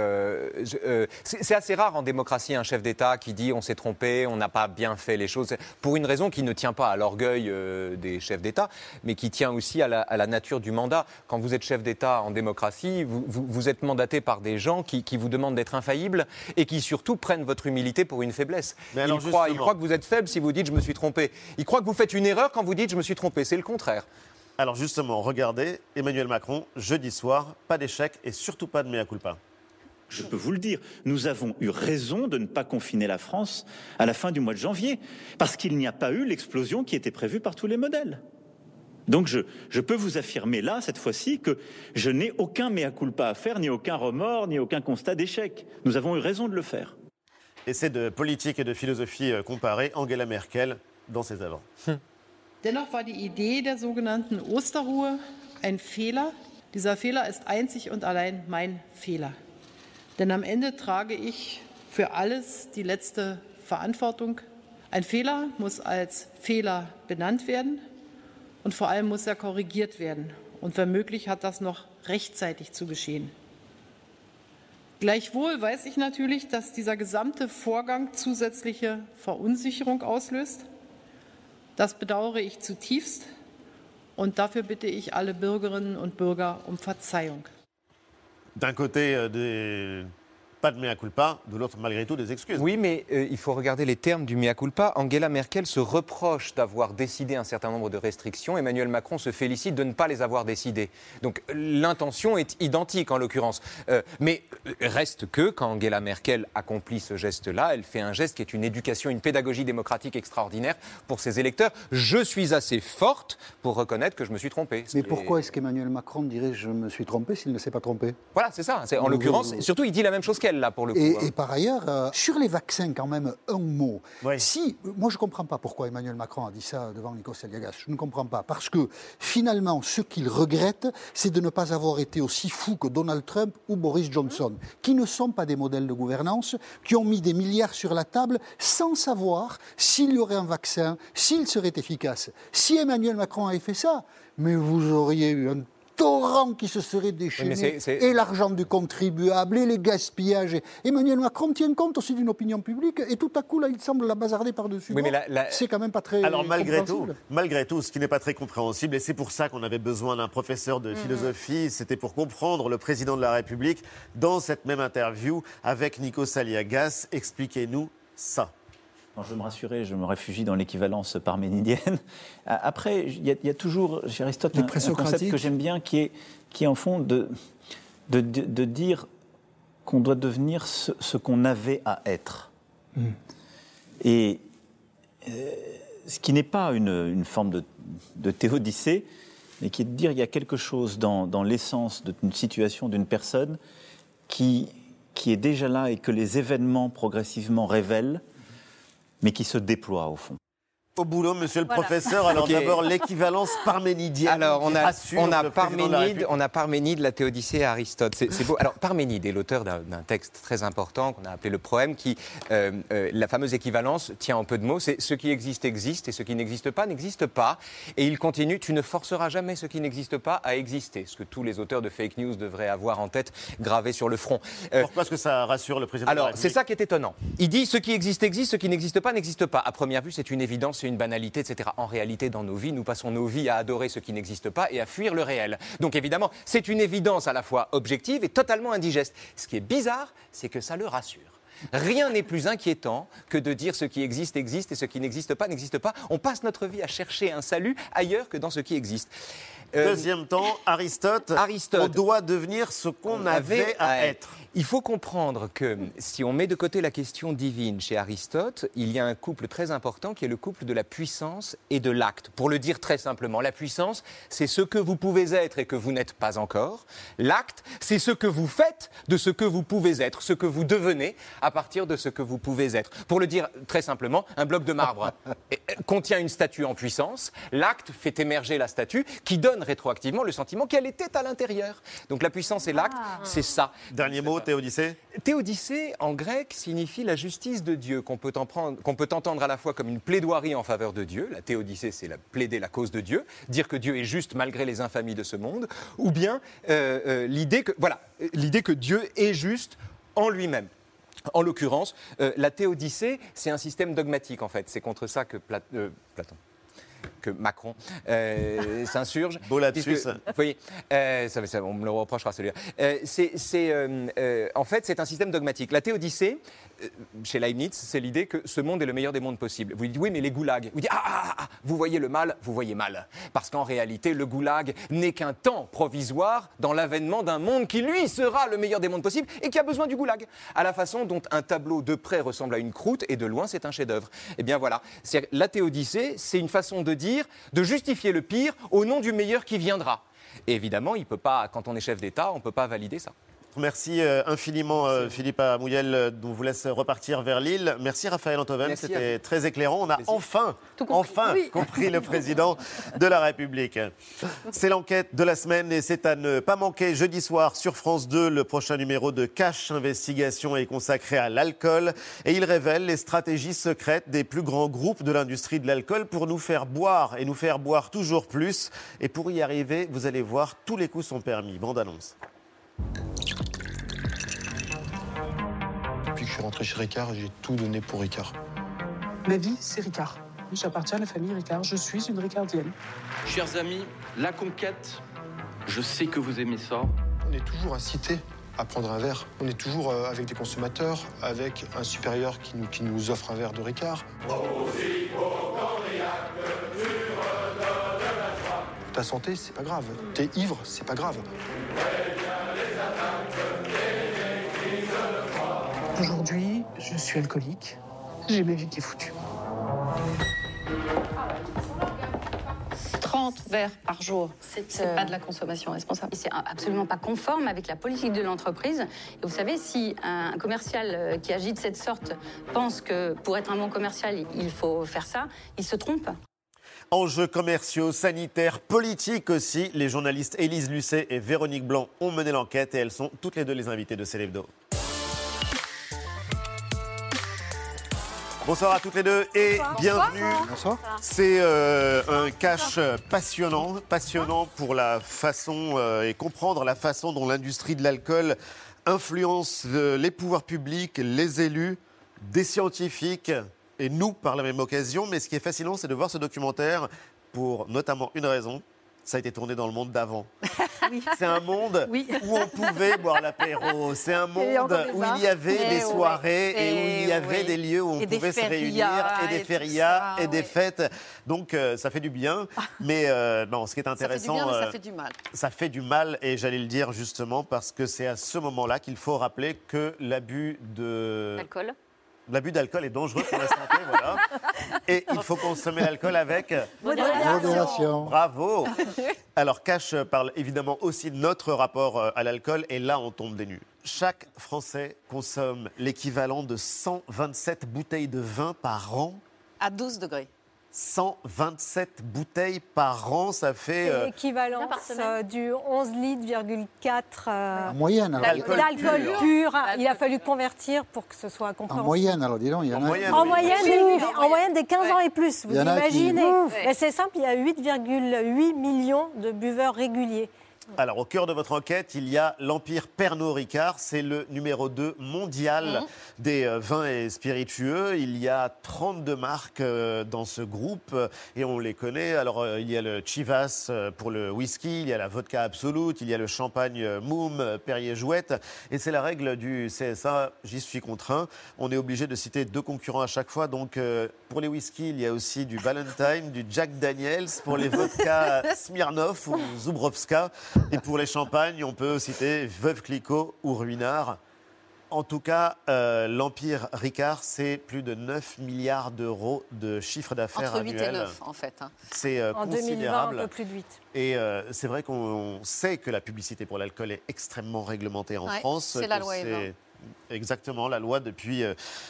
C'est assez rare en démocratie un chef d'État qui dit on s'est trompé, on n'a pas bien fait les choses, pour une raison qui ne tient pas à l'orgueil des chefs d'État, mais qui tient aussi à la nature du mandat. Quand vous êtes chef d'État en démocratie, vous êtes mandaté par des gens qui vous demandent d'être infaillible et qui surtout prennent votre humilité pour une faiblesse. Ils croient que vous êtes faible si vous dites je me suis trompé. Ils croient que vous faites une erreur quand vous dites « je me suis trompé ». C'est le contraire. Alors justement, regardez, Emmanuel Macron, jeudi soir, pas d'échec et surtout pas de mea culpa. Je peux vous le dire, nous avons eu raison de ne pas confiner la France à la fin du mois de janvier, parce qu'il n'y a pas eu l'explosion qui était prévue par tous les modèles. Donc je peux vous affirmer là, cette fois-ci, que je n'ai aucun mea culpa à faire, ni aucun remords, ni aucun constat d'échec. Nous avons eu raison de le faire. Et c'est de politique et de philosophie comparée, Angela Merkel dans ses œuvres. Dennoch war die Idee der sogenannten Osterruhe ein Fehler. Dieser Fehler ist einzig und allein mein Fehler. Denn am Ende trage ich für alles die letzte Verantwortung. Ein Fehler muss als Fehler benannt werden und vor allem muss er korrigiert werden. Und wenn möglich hat das noch rechtzeitig zu geschehen. Gleichwohl weiß ich natürlich, dass dieser gesamte Vorgang zusätzliche Verunsicherung auslöst. Das bedauere ich zutiefst und dafür bitte ich alle Bürgerinnen und Bürger um Verzeihung. D'un côté, pas de mea culpa, de l'autre, malgré tout, des excuses. Oui, mais il faut regarder les termes du mea culpa. Angela Merkel se reproche d'avoir décidé un certain nombre de restrictions. Emmanuel Macron se félicite de ne pas les avoir décidées. Donc l'intention est identique en l'occurrence. Mais reste que quand Angela Merkel accomplit ce geste-là, elle fait un geste qui est une éducation, une pédagogie démocratique extraordinaire pour ses électeurs. Je suis assez forte pour reconnaître que je me suis trompée. Mais pourquoi est-ce qu'Emmanuel Macron dirait je me suis trompé s'il ne s'est pas trompé? Voilà, c'est ça. En l'occurrence, surtout il dit la même chose qu'elle. Là, pour le coup, et par ailleurs, sur les vaccins, quand même, un mot. Oui. Moi, je ne comprends pas pourquoi Emmanuel Macron a dit ça devant Nikos Aliagas. Je ne comprends pas. Parce que, finalement, ce qu'il regrette, c'est de ne pas avoir été aussi fou que Donald Trump ou Boris Johnson, qui ne sont pas des modèles de gouvernance, qui ont mis des milliards sur la table sans savoir s'il y aurait un vaccin, s'il serait efficace. Si Emmanuel Macron avait fait ça, mais vous auriez eu un torrent qui se serait déchaîné, et l'argent du contribuable, et les gaspillages. Emmanuel Macron tient compte aussi d'une opinion publique, et tout à coup, là, il semble la bazarder par-dessus. Oui, c'est quand même pas très Alors malgré tout, ce qui n'est pas très compréhensible, et c'est pour ça qu'on avait besoin d'un professeur de philosophie, c'était pour comprendre le président de la République dans cette même interview avec Nikos Aliagas. Expliquez-nous ça. Quand je veux me rassurer, je me réfugie dans l'équivalence parménidienne. Après, il y a toujours chez Aristote un concept que j'aime bien qui est en fond de dire qu'on doit devenir ce qu'on avait à être. Et ce qui n'est pas une forme de théodicée, mais qui est de dire qu'il y a quelque chose dans l'essence d'une situation, d'une personne qui est déjà là et que les événements progressivement révèlent, mais qui se déploie au fond. Au boulot, monsieur le professeur. Alors d'abord, l'équivalence parménidienne. Alors, on a Parménide, la Théodicée et Aristote. C'est beau. Alors, Parménide est l'auteur d'un texte très important qu'on a appelé le Proème, qui, la fameuse équivalence, tient en peu de mots. C'est ce qui existe, existe, et ce qui n'existe pas, n'existe pas. Et il continue, tu ne forceras jamais ce qui n'existe pas à exister. Ce que tous les auteurs de fake news devraient avoir en tête, gravé sur le front. Pourquoi est-ce que ça rassure le président de la République ? C'est ça qui est étonnant. Il dit, ce qui existe, existe, ce qui n'existe pas, n'existe pas. À première vue, c'est une évidence, c'est une banalité, etc. En réalité, dans nos vies, nous passons nos vies à adorer ce qui n'existe pas et à fuir le réel. Donc évidemment, c'est une évidence à la fois objective et totalement indigeste. Ce qui est bizarre, c'est que ça le rassure. Rien n'est plus inquiétant que de dire ce qui existe existe et ce qui n'existe pas n'existe pas. On passe notre vie à chercher un salut ailleurs que dans ce qui existe. Deuxième temps, Aristote, on doit devenir ce qu'on avait à être. Il faut comprendre que si on met de côté la question divine chez Aristote, il y a un couple très important qui est le couple de la puissance et de l'acte. Pour le dire très simplement, la puissance, c'est ce que vous pouvez être et que vous n'êtes pas encore. L'acte, c'est ce que vous faites de ce que vous pouvez être, ce que vous devenez à partir de ce que vous pouvez être. Pour le dire très simplement, un bloc de marbre contient une statue en puissance. L'acte fait émerger la statue qui donne rétroactivement le sentiment qu'elle était à l'intérieur. Donc la puissance et l'acte, c'est ça. Dernier mot, Théodicée. Théodicée, en grec, signifie la justice de Dieu, qu'on peut entendre à la fois comme une plaidoirie en faveur de Dieu. La théodicée, c'est plaider la cause de Dieu, dire que Dieu est juste malgré les infamies de ce monde, ou bien l'idée que Dieu est juste en lui-même. En l'occurrence, la théodicée, c'est un système dogmatique, en fait. C'est contre ça que que Macron s'insurge. Beau lapsus. Vous voyez, on me le reprochera celui-là. En fait, c'est un système dogmatique. La théodicée, chez Leibniz, c'est l'idée que ce monde est le meilleur des mondes possibles. Vous dites oui, mais les goulags. Vous dites vous voyez le mal, vous voyez mal. Parce qu'en réalité, le goulag n'est qu'un temps provisoire dans l'avènement d'un monde qui, lui, sera le meilleur des mondes possibles et qui a besoin du goulag. À la façon dont un tableau de près ressemble à une croûte et de loin, c'est un chef-d'œuvre. Eh bien voilà, la théodicée, c'est une façon de dire, de justifier le pire au nom du meilleur qui viendra. Et évidemment, il peut pas, quand on est chef d'État, on ne peut pas valider ça. Merci infiniment Philippe Amouyel, dont vous laisse repartir vers Lille. Merci Raphaël Antoven, c'était très éclairant. On a enfin compris le président de la République. C'est l'enquête de la semaine et c'est à ne pas manquer jeudi soir sur France 2. Le prochain numéro de Cash Investigation est consacré à l'alcool et il révèle les stratégies secrètes des plus grands groupes de l'industrie de l'alcool pour nous faire boire et nous faire boire toujours plus. Et pour y arriver, vous allez voir, tous les coups sont permis. Bande annonce. Depuis que je suis rentré chez Ricard, j'ai tout donné pour Ricard. Ma vie, c'est Ricard. J'appartiens à la famille Ricard. Je suis une ricardienne. Chers amis, la conquête, je sais que vous aimez ça. On est toujours incité à prendre un verre. On est toujours avec des consommateurs, avec un supérieur qui nous offre un verre de Ricard. Ta santé, c'est pas grave. T'es ivre, c'est pas grave. Aujourd'hui, je suis alcoolique. J'ai ma vie qui est foutue. 30 verres par jour, c'est pas de la consommation responsable. C'est absolument pas conforme avec la politique de l'entreprise. Et vous savez, si un commercial qui agit de cette sorte pense que pour être un bon commercial, il faut faire ça, il se trompe. Enjeux commerciaux, sanitaires, politiques aussi. Les journalistes Élise Lucet et Véronique Blanc ont mené l'enquête et elles sont toutes les deux les invitées de Célébdo. Bonsoir à toutes les deux et bienvenue. Bonsoir. C'est un cash passionnant pour la façon et comprendre la façon dont l'industrie de l'alcool influence les pouvoirs publics, les élus, des scientifiques et nous par la même occasion. Mais ce qui est fascinant, c'est de voir ce documentaire pour notamment une raison. Ça a été tourné dans le monde d'avant. Oui. C'est un monde où on pouvait boire l'apéro. C'est un monde où il y avait des soirées et où il y avait des lieux où on pouvait se réunir et des férias et des fêtes. Donc ça fait du bien. Mais non, ce qui est intéressant... Ça fait du bien, mais ça fait du mal. Ça fait du mal et j'allais le dire justement parce que c'est à ce moment-là qu'il faut rappeler que l'abus d'alcool est dangereux pour la santé, voilà. Et il faut consommer l'alcool avec modération. Bravo. Alors, Cash parle évidemment aussi de notre rapport à l'alcool, et là, on tombe des nues. Chaque Français consomme l'équivalent de 127 bouteilles de vin par an. À 12 degrés. 127 bouteilles par an, ça fait... C'est l'équivalent du 11 litres,4 en moyenne, d'alcool pur. Il a fallu convertir pour que ce soit compréhensible. En moyenne, alors dis donc, il y en a... En moyenne des 15 ans et plus, vous imaginez. Mais c'est simple, il y a 8,8 millions de buveurs réguliers. Alors, au cœur de votre enquête, il y a l'Empire Pernod Ricard. C'est le numéro 2 mondial des vins et spiritueux. Il y a 32 marques dans ce groupe et on les connaît. Alors, il y a le Chivas pour le whisky, il y a la vodka Absolute, il y a le champagne Moum, Perrier Jouette. Et c'est la règle du CSA, j'y suis contraint. On est obligé de citer 2 concurrents à chaque fois. Donc, pour les whiskies, il y a aussi du Ballantine, du Jack Daniels. Pour les vodkas, Smirnoff ou Zubrovska. Et pour les champagnes, on peut citer Veuve Clicquot ou Ruinart. En tout cas, l'Empire Ricard, c'est plus de 9 milliards d'euros de chiffre d'affaires annuel. Entre 8 et 9, en fait. C'est en considérable. 2020, un peu plus de 8. Et c'est vrai qu'on sait que la publicité pour l'alcool est extrêmement réglementée en France. C'est la loi E20. Exactement, la loi depuis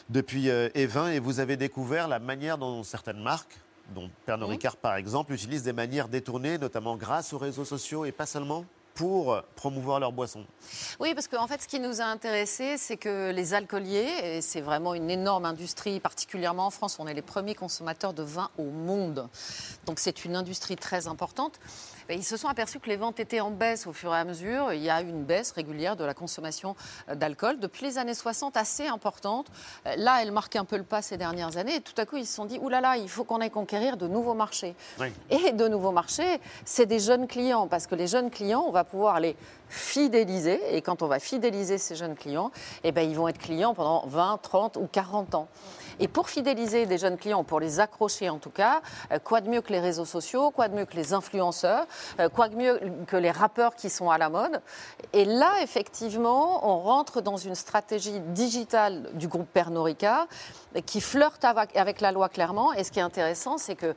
E20. Et vous avez découvert la manière dont certaines marques, dont Pernod Ricard par exemple, utilisent des manières détournées, notamment grâce aux réseaux sociaux et pas seulement, pour promouvoir leurs boissons. Oui, parce qu'en fait, ce qui nous a intéressés, c'est que les alcooliers, et c'est vraiment une énorme industrie, particulièrement en France, on est les premiers consommateurs de vin au monde. Donc c'est une industrie très importante. Et ils se sont aperçus que les ventes étaient en baisse au fur et à mesure. Il y a une baisse régulière de la consommation d'alcool depuis les années 60, assez importante. Là, elle marque un peu le pas ces dernières années. Et tout à coup, ils se sont dit, oulala, il faut qu'on aille conquérir de nouveaux marchés. Oui. Et de nouveaux marchés, c'est des jeunes clients. Parce que les jeunes clients, on va pouvoir les fidéliser. Et quand on va fidéliser ces jeunes clients, eh ben, ils vont être clients pendant 20, 30 ou 40 ans. Et pour fidéliser des jeunes clients, pour les accrocher en tout cas, quoi de mieux que les réseaux sociaux, quoi de mieux que les influenceurs, quoi de mieux que les rappeurs qui sont à la mode. Et là, effectivement, on rentre dans une stratégie digitale du groupe Pernod Ricard qui flirte avec la loi clairement. Et ce qui est intéressant, c'est que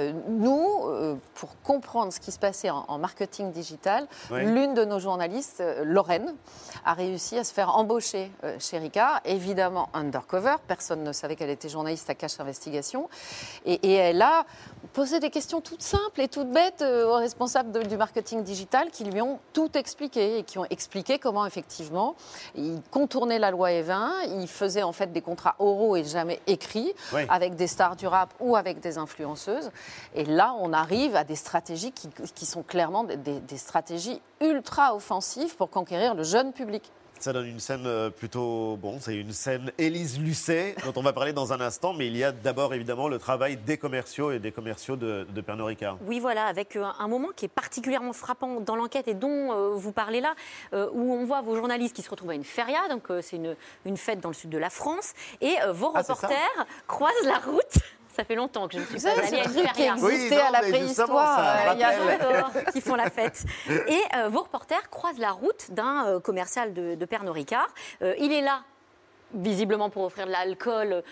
nous, pour comprendre ce qui se passait en marketing digital, l'une de nos journalistes, Lorraine, a réussi à se faire embaucher chez Ricard, évidemment undercover. Personne ne savait qu'elle était journaliste à Cache Investigation. Et elle a posé des questions toutes simples et toutes bêtes aux responsables du marketing digital qui lui ont tout expliqué et qui ont expliqué comment, effectivement, ils contournaient la loi E20, ils faisaient en fait des contrats oraux et jamais écrits avec des stars du rap ou avec des influenceuses. Et là, on arrive à des stratégies qui sont clairement des stratégies ultra offensives pour conquérir le jeune public. Ça donne une scène plutôt... Bon, c'est une scène Élise Lucet, dont on va parler dans un instant, mais il y a d'abord évidemment le travail des commerciaux et des commerciaux de Pernod Ricard. Oui, voilà, avec un moment qui est particulièrement frappant dans l'enquête et dont vous parlez là, où on voit vos journalistes qui se retrouvent à une feria, donc c'est une fête dans le sud de la France, et vos reporters croisent la route. Ça fait longtemps que je ne suis pas allée à une feria. Qui existait à la préhistoire. Il y a d'autres qui font la fête. Et vos reporters croisent la route d'un commercial de Pernod Ricard. Il est là, visiblement pour offrir de l'alcool,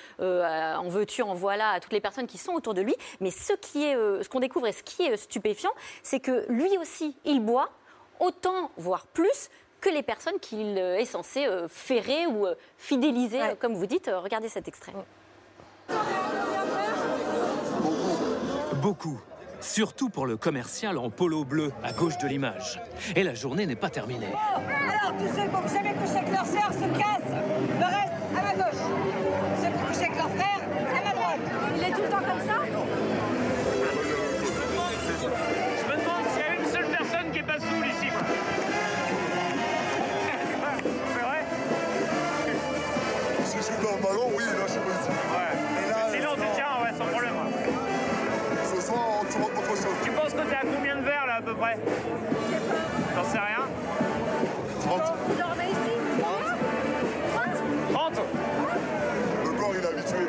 en veux-tu, en voilà, à toutes les personnes qui sont autour de lui. Mais ce qu'on découvre et ce qui est stupéfiant, c'est que lui aussi, il boit autant, voire plus, que les personnes qu'il est censé ferrer ou fidéliser, comme vous dites. Regardez cet extrait. Beaucoup. Surtout pour le commercial en polo bleu à gauche de l'image. Et la journée n'est pas terminée. Alors, tous ceux qui ont jamais couché avec leur sœur se cassent. Le reste, à ma gauche. Ceux qui ont couché avec leur frère, à ma droite. Il est tout le temps comme ça ? Je me demande s'il y a une seule personne qui est pas saoule ici. C'est vrai ? Si je suis dans le ballon, oui, là je suis pas ici. Ouais. Là, sinon, tu tiens, ouais, sans problème. Ce soir, tu rentres autre chose. Tu penses que t'es à combien de verres là à peu près ? J'en sais rien. 30. Vous dormez ici ? 30 ? Le corps, il est habitué.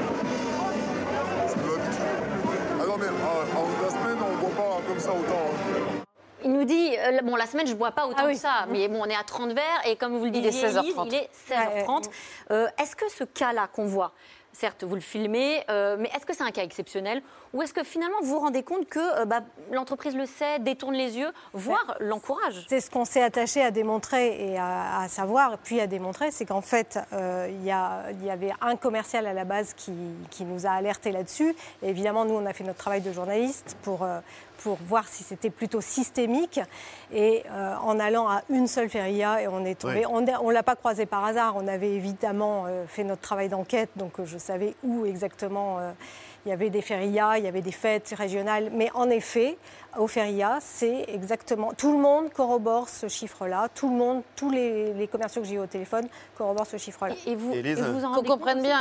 Je suis habitué. Ah non, mais la semaine, on ne boit pas comme ça autant. Il nous dit, bon, la semaine, je ne bois pas autant que ça, mais bon, on est à 30 verres, et comme vous le disiez, il est 16h30. Est-ce que ce cas-là qu'on voit, certes, vous le filmez, mais est-ce que c'est un cas exceptionnel ou est-ce que finalement vous vous rendez compte que l'entreprise le sait, détourne les yeux, voire l'encourage ? C'est ce qu'on s'est attaché à démontrer et à savoir, puis à démontrer, c'est qu'en fait, il y avait un commercial à la base qui nous a alertés là-dessus. Et évidemment, nous, on a fait notre travail de journaliste pour voir si c'était plutôt systémique. Et en allant à une seule feria, et on est tombé, on ne l'a pas croisé par hasard. On avait évidemment fait notre travail d'enquête, donc je savais où exactement il y avait des férias, il y avait des fêtes régionales, mais en effet, aux férias, c'est exactement... Tout le monde corrobore ce chiffre-là, tout le monde, tous les commerciaux que j'ai eu au téléphone corroborent ce chiffre-là. Et vous qu'on comprenne bien,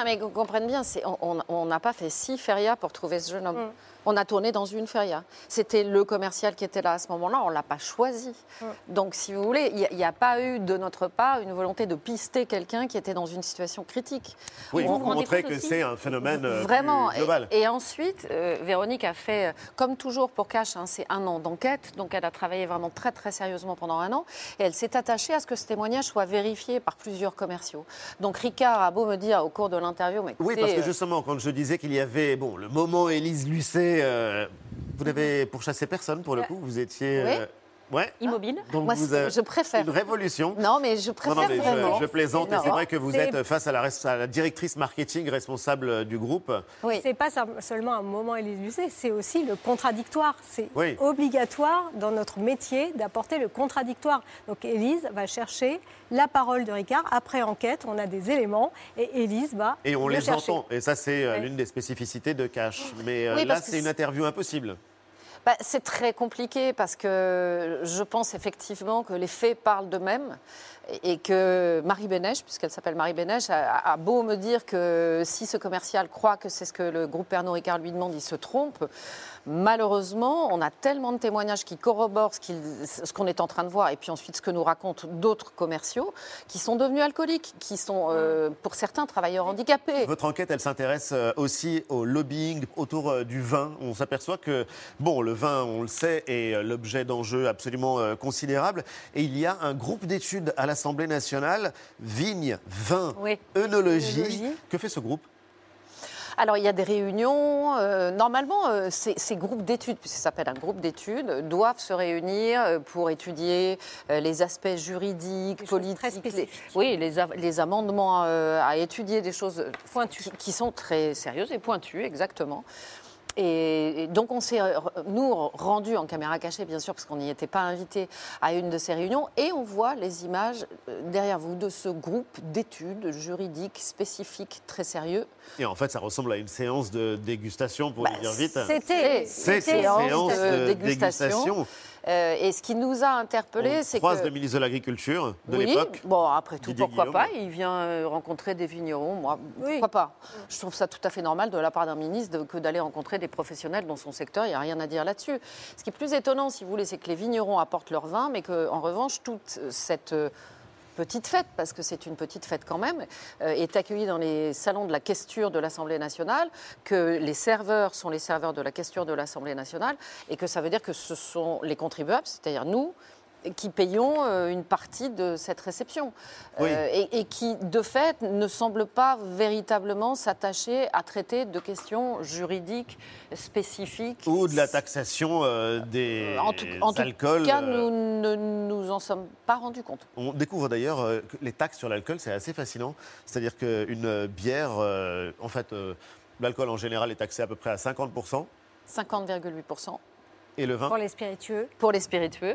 on n'a pas fait 6 férias pour trouver ce jeune homme. On a tourné dans une feria. C'était le commercial qui était là à ce moment-là, on ne l'a pas choisi. Donc, si vous voulez, il n'y a pas eu de notre part une volonté de pister quelqu'un qui était dans une situation critique. Oui, vous montrez que c'est un phénomène vraiment global. Et ensuite, Véronique a fait, comme toujours pour Cash, c'est 1 an d'enquête, donc elle a travaillé vraiment très très sérieusement pendant 1 an, et elle s'est attachée à ce que ce témoignage soit vérifié par plusieurs commerciaux. Donc Ricard a beau me dire au cours de l'interview... Mais écoutez, oui, parce que justement, quand je disais qu'il y avait le moment Élise Lucet, vous n'avez pourchassé personne pour le coup, vous étiez... Ouais. Immobile. Donc moi, je préfère. Une révolution. Non, mais je préfère. Non, mais je plaisante. Et c'est vrai que vous êtes face à la directrice marketing responsable du groupe. Oui. C'est pas seulement un moment Élise Lucet, c'est aussi le contradictoire. C'est obligatoire dans notre métier d'apporter le contradictoire. Donc Élise va chercher la parole de Ricard. Après enquête, on a des éléments et Élise va et on les chercher. Entend. Et ça, c'est l'une des spécificités de Cash. Mais là, c'est une interview impossible. C'est très compliqué parce que je pense effectivement que les faits parlent d'eux-mêmes et que Marie Bénèche, puisqu'elle s'appelle Marie Bénèche, a beau me dire que si ce commercial croit que c'est ce que le groupe Pernod Ricard lui demande, il se trompe. Malheureusement, on a tellement de témoignages qui corroborent ce qu'on est en train de voir et puis ensuite ce que nous racontent d'autres commerciaux qui sont devenus alcooliques, qui sont pour certains travailleurs handicapés. Votre enquête, elle s'intéresse aussi au lobbying autour du vin. On s'aperçoit que, le vin, on le sait, est l'objet d'enjeux absolument considérables. Et il y a un groupe d'études à l'Assemblée nationale, Vignes, Vin, œnologie. Que fait ce groupe ? Alors, il y a des réunions. Normalement, ces groupes d'études, puisque ça s'appelle un groupe d'études, doivent se réunir pour étudier les aspects juridiques, politiques. Les amendements à étudier, des choses qui sont très sérieuses et pointues, exactement. Et donc, on s'est, nous, rendus en caméra cachée, bien sûr, parce qu'on n'y était pas invités à une de ces réunions. Et on voit les images derrière vous de ce groupe d'études juridiques spécifiques très sérieux. Et en fait, ça ressemble à une séance de dégustation, pour le dire vite. C'était une séance de dégustation. Et ce qui nous a interpellés, c'est que... On croise le ministre de l'Agriculture de l'époque. Après tout, pourquoi pas ? Il vient rencontrer des vignerons. Moi, pourquoi pas ? Je trouve ça tout à fait normal de la part d'un ministre que d'aller rencontrer des professionnels dans son secteur. Il n'y a rien à dire là-dessus. Ce qui est plus étonnant, si vous voulez, c'est que les vignerons apportent leur vin, mais qu'en revanche, toute cette... petite fête, parce que c'est une petite fête quand même, est accueillie dans les salons de la questure de l'Assemblée nationale, que les serveurs sont les serveurs de la questure de l'Assemblée nationale, et que ça veut dire que ce sont les contribuables, c'est-à-dire nous, qui payons une partie de cette réception et qui, de fait, ne semblent pas véritablement s'attacher à traiter de questions juridiques spécifiques. Ou de la taxation des alcools. En tout cas, nous ne nous en sommes pas rendus compte. On découvre d'ailleurs que les taxes sur l'alcool, c'est assez fascinant. C'est-à-dire qu'une bière, l'alcool en général est taxé à peu près à 50%. 50,8%. Et le vin ? Pour les spiritueux. Pour les spiritueux.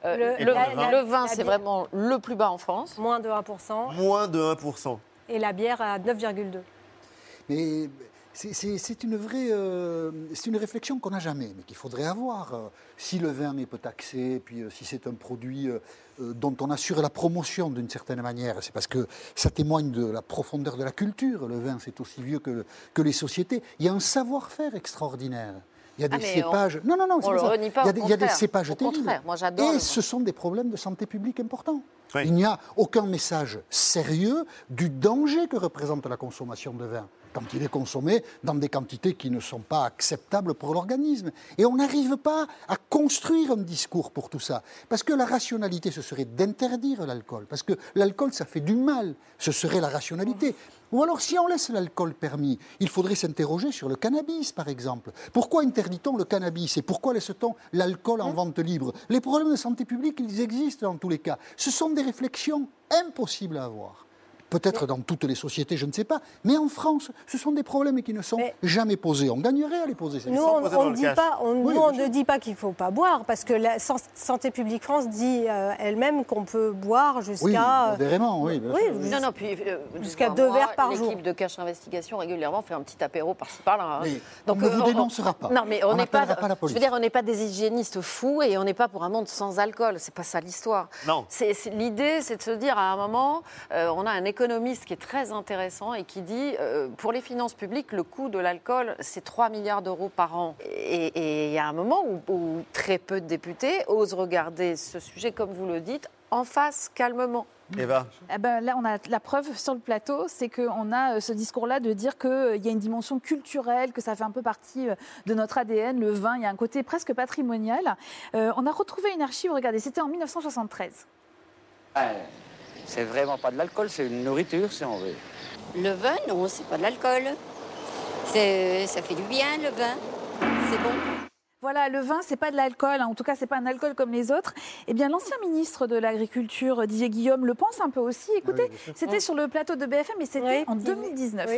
Le vin, c'est vraiment le plus bas en France. Moins de 1%. Moins de 1%. Et la bière à 9,2%. Mais c'est une vraie... c'est une réflexion qu'on n'a jamais, mais qu'il faudrait avoir. Si le vin est peu taxé, puis si c'est un produit dont on assure la promotion d'une certaine manière, c'est parce que ça témoigne de la profondeur de la culture. Le vin, c'est aussi vieux que les sociétés. Il y a un savoir-faire extraordinaire. Il y a des cépages. Non, on le renie pas. Il y a des cépages terribles. Moi, j'adore. Et ce sont des problèmes de santé publique importants. Oui. Il n'y a aucun message sérieux du danger que représente la consommation de vin quand il est consommé dans des quantités qui ne sont pas acceptables pour l'organisme. Et on n'arrive pas à construire un discours pour tout ça. Parce que la rationalité, ce serait d'interdire l'alcool. Parce que l'alcool, ça fait du mal. Ce serait la rationalité. Ou alors, si on laisse l'alcool permis, il faudrait s'interroger sur le cannabis, par exemple. Pourquoi interdit-on le cannabis et pourquoi laisse-t-on l'alcool en vente libre ? Les problèmes de santé publique, ils existent dans tous les cas. Ce sont des réflexions impossibles à avoir. Peut-être dans toutes les sociétés, je ne sais pas. Mais en France, ce sont des problèmes qui ne sont jamais posés. On gagnerait à les poser. Nous, on ne dit pas qu'il ne faut pas boire, parce que la Santé publique France dit elle-même qu'on peut boire jusqu'à... Oui, modérément, oui. Non, puis jusqu'à 2 verres par jour. L'équipe de Cache Investigation régulièrement fait un petit apéro par-ci par-là. Hein. Donc, on ne vous dénoncera pas. Non, mais on n'est pas la police. Je veux dire, on n'est pas des hygiénistes fous et on n'est pas pour un monde sans alcool. C'est pas ça l'histoire. Non. L'idée, c'est de se dire à un moment, on a un économiste qui est très intéressant et qui dit pour les finances publiques, le coût de l'alcool, c'est 3 milliards d'euros par an. Et il y a un moment où très peu de députés osent regarder ce sujet, comme vous le dites, en face, calmement. Eva. Là, on a la preuve sur le plateau, c'est qu'on a ce discours-là de dire qu'il y a une dimension culturelle, que ça fait un peu partie de notre ADN, le vin, il y a un côté presque patrimonial. On a retrouvé une archive, regardez, c'était en 1973. C'est vraiment pas de l'alcool, c'est une nourriture, si on veut. Le vin, non, c'est pas de l'alcool. Ça fait du bien, le vin. C'est bon. Voilà, le vin, c'est pas de l'alcool, en tout cas, c'est pas un alcool comme les autres. Eh bien, l'ancien ministre de l'Agriculture, Didier Guillaume, le pense un peu aussi. Écoutez, c'était sur le plateau de BFM, mais c'était en 2019.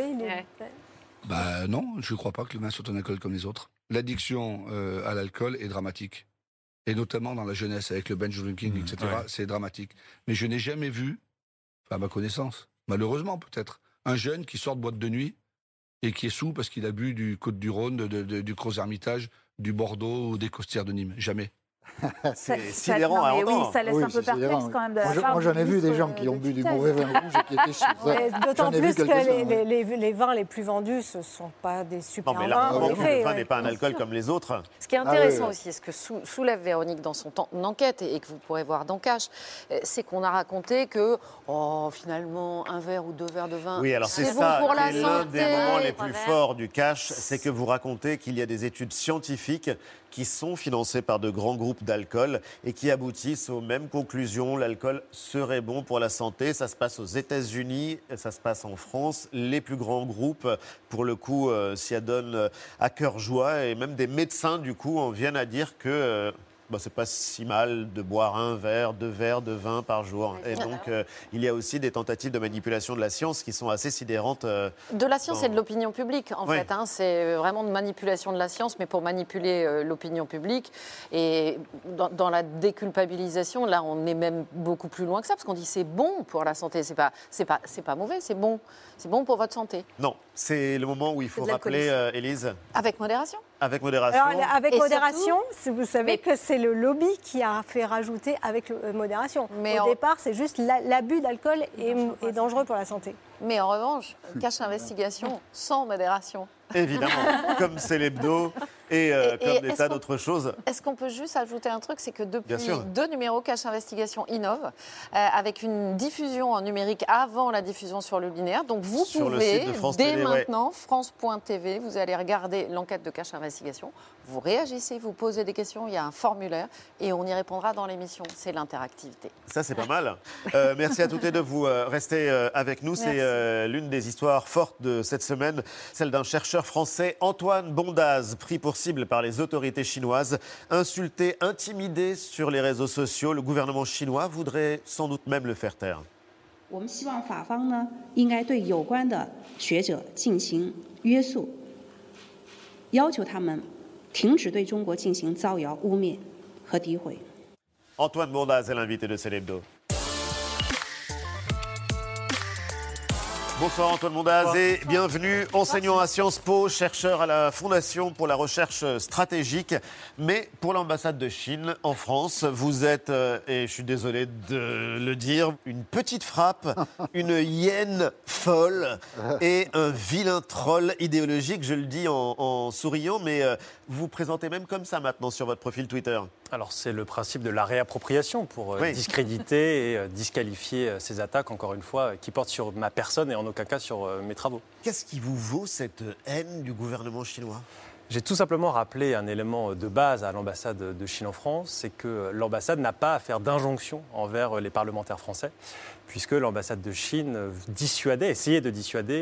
Non, je ne crois pas que le vin soit un alcool comme les autres. L'addiction à l'alcool est dramatique. Et notamment dans la jeunesse, avec le binge drinking, etc., c'est dramatique. Mais je n'ai jamais vu, à ma connaissance, malheureusement peut-être, un jeune qui sort de boîte de nuit et qui est saoul parce qu'il a bu du Côte-du-Rhône, du Crozes-Hermitage, du Bordeaux ou des Costières de Nîmes. Jamais. C'est sidérant à entendre. Oui, ça laisse un peu perplexe quand même. Moi, j'en ai vu des gens qui ont bu du mauvais vin rouge et qui étaient sourds. D'autant plus que les vins les plus vendus, ce ne sont pas des super vins. Le vin n'est pas un alcool comme les autres. Ce qui est intéressant aussi, et ce que soulève Véronique dans son enquête et que vous pourrez voir dans Cache, c'est qu'on a raconté que finalement, un verre ou 2 verres de vin, oui, alors c'est bon ça, pour la santé. L'un des moments les plus forts du Cache, c'est que vous racontez qu'il y a des études scientifiques qui sont financées par de grands groupes d'alcool et qui aboutissent aux mêmes conclusions. L'alcool serait bon pour la santé. Ça se passe aux États-Unis, ça se passe en France. Les plus grands groupes, pour le coup, s'y adonnent à cœur joie. Et même des médecins, du coup, en viennent à dire que c'est pas si mal de boire 1 verre, 2 verres de vin par jour. Et donc, il y a aussi des tentatives de manipulation de la science qui sont assez sidérantes. De la science et de l'opinion publique, en fait. C'est vraiment de manipulation de la science, mais pour manipuler l'opinion publique. Et dans la déculpabilisation, là, on est même beaucoup plus loin que ça, parce qu'on dit c'est bon pour la santé. C'est pas mauvais, c'est bon. C'est bon pour votre santé. Non, c'est le moment où il faut rappeler, Élise. Avec modération. Avec modération. Alors, avec modération, vous savez que c'est le lobby qui a fait rajouter avec modération. Mais au départ, c'est juste l'abus d'alcool est dangereux pour la santé. Mais en revanche, Cache Investigation sans modération. Évidemment, comme c'est l'hebdo et comme des tas d'autres choses. Est-ce qu'on peut juste ajouter un truc, c'est que depuis 2 numéros, Cache Investigation innove, avec une diffusion en numérique avant la diffusion sur le linéaire. Donc vous pouvez, dès maintenant, France.tv, vous allez regarder l'enquête de Cache Investigation, vous réagissez, vous posez des questions, il y a un formulaire et on y répondra dans l'émission. C'est l'interactivité. Ça, c'est pas mal. Merci à toutes les deux, vous restez avec nous. C'est l'une des histoires fortes de cette semaine, celle d'un chercheur français, Antoine Bondaz, pris pour cible par les autorités chinoises, insulté, intimidé sur les réseaux sociaux. Le gouvernement chinois voudrait sans doute même le faire taire. 我们希望法方呢，应该对有关的学者进行约束，要求他们停止对中国进行造谣、污蔑和诋毁。 Antoine Bondaz est l'invité de Célébdo. Bonsoir Antoine Bondaz et bienvenue, enseignant à Sciences Po, chercheur à la Fondation pour la recherche stratégique. Mais pour l'ambassade de Chine en France, vous êtes, et je suis désolé de le dire, une petite frappe, une hyène folle et un vilain troll idéologique. Je le dis en souriant, mais vous vous présentez même comme ça maintenant sur votre profil Twitter. Alors c'est le principe de la réappropriation pour discréditer et disqualifier ces attaques, encore une fois, qui portent sur ma personne et en aucun cas sur mes travaux. Qu'est-ce qui vous vaut cette haine du gouvernement chinois ? J'ai tout simplement rappelé un élément de base à l'ambassade de Chine en France, c'est que l'ambassade n'a pas à faire d'injonction envers les parlementaires français, puisque l'ambassade de Chine essayait de dissuader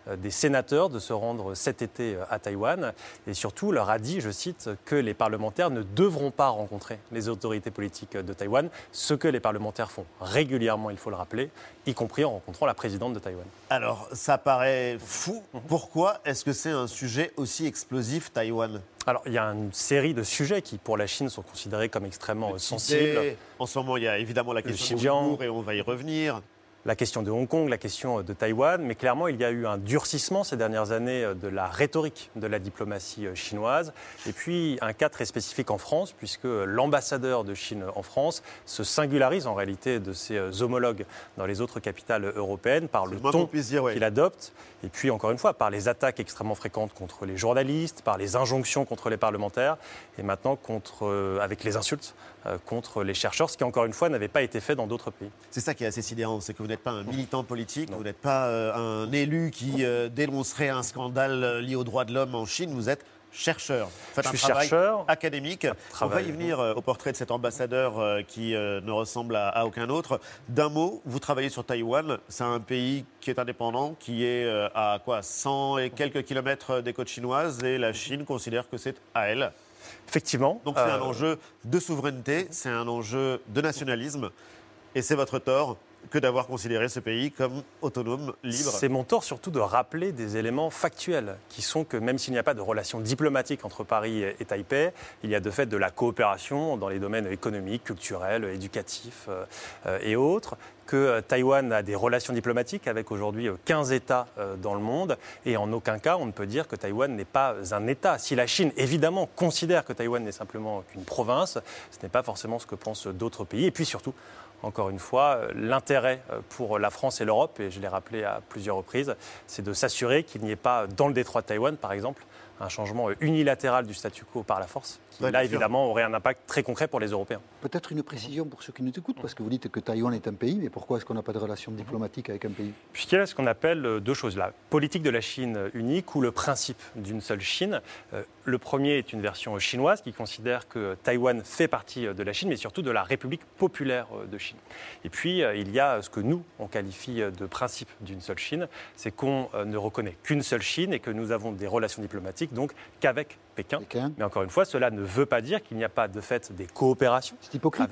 des sénateurs de se rendre cet été à Taïwan et surtout leur a dit, je cite, que les parlementaires ne devront pas rencontrer les autorités politiques de Taïwan, ce que les parlementaires font régulièrement, il faut le rappeler, y compris en rencontrant la présidente de Taïwan. Alors, ça paraît fou. Pourquoi est-ce que c'est un sujet aussi explosif, Taïwan ? Alors, il y a une série de sujets qui, pour la Chine, sont considérés comme extrêmement sensibles. En ce moment, il y a évidemment la question du Xinjiang, Ouïghour et on va y revenir. La question de Hong Kong, la question de Taïwan, mais clairement, il y a eu un durcissement ces dernières années de la rhétorique de la diplomatie chinoise. Et puis, un cas très spécifique en France, puisque l'ambassadeur de Chine en France se singularise en réalité de ses homologues dans les autres capitales européennes par le ton qu'il adopte. Et puis, encore une fois, par les attaques extrêmement fréquentes contre les journalistes, par les injonctions contre les parlementaires, et maintenant avec les insultes contre les chercheurs, ce qui, encore une fois, n'avait pas été fait dans d'autres pays. C'est ça qui est assez sidérant, c'est que vous n'êtes pas un militant politique, vous n'êtes pas un élu qui dénoncerait un scandale lié aux droits de l'homme en Chine, vous êtes chercheur. Vous faites un travail académique. On va y venir au portrait de cet ambassadeur qui ne ressemble à aucun autre. D'un mot, vous travaillez sur Taïwan. C'est un pays qui est indépendant, qui est à 100 et quelques kilomètres des côtes chinoises et la Chine considère que c'est à elle. Effectivement. Donc c'est un enjeu de souveraineté, c'est un enjeu de nationalisme et c'est votre tort que d'avoir considéré ce pays comme autonome, libre. C'est mon tort surtout de rappeler des éléments factuels qui sont que même s'il n'y a pas de relation diplomatique entre Paris et Taipei, il y a de fait de la coopération dans les domaines économiques, culturels, éducatifs et autres, que Taïwan a des relations diplomatiques avec aujourd'hui 15 États dans le monde et en aucun cas on ne peut dire que Taïwan n'est pas un État. Si la Chine évidemment considère que Taïwan n'est simplement qu'une province, ce n'est pas forcément ce que pensent d'autres pays et puis surtout, encore une fois, l'intérêt pour la France et l'Europe, et je l'ai rappelé à plusieurs reprises, c'est de s'assurer qu'il n'y ait pas, dans le détroit de Taïwan, par exemple, un changement unilatéral du statu quo par la force, qui là, évidemment, aurait un impact très concret pour les Européens. Peut-être une précision pour ceux qui nous écoutent, parce que vous dites que Taïwan est un pays, mais pourquoi est-ce qu'on n'a pas de relation diplomatique avec un pays ? Puisqu'il y a ce qu'on appelle deux choses, la politique de la Chine unique ou le principe d'une seule Chine. Le premier est une version chinoise qui considère que Taïwan fait partie de la Chine, mais surtout de la République populaire de Chine. Et puis, il y a ce que nous, on qualifie de principe d'une seule Chine, c'est qu'on ne reconnaît qu'une seule Chine et que nous avons des relations diplomatiques, donc qu'avec Pékin. Mais encore une fois, cela ne veut pas dire qu'il n'y a pas de fait des coopérations. C'est hypocrite.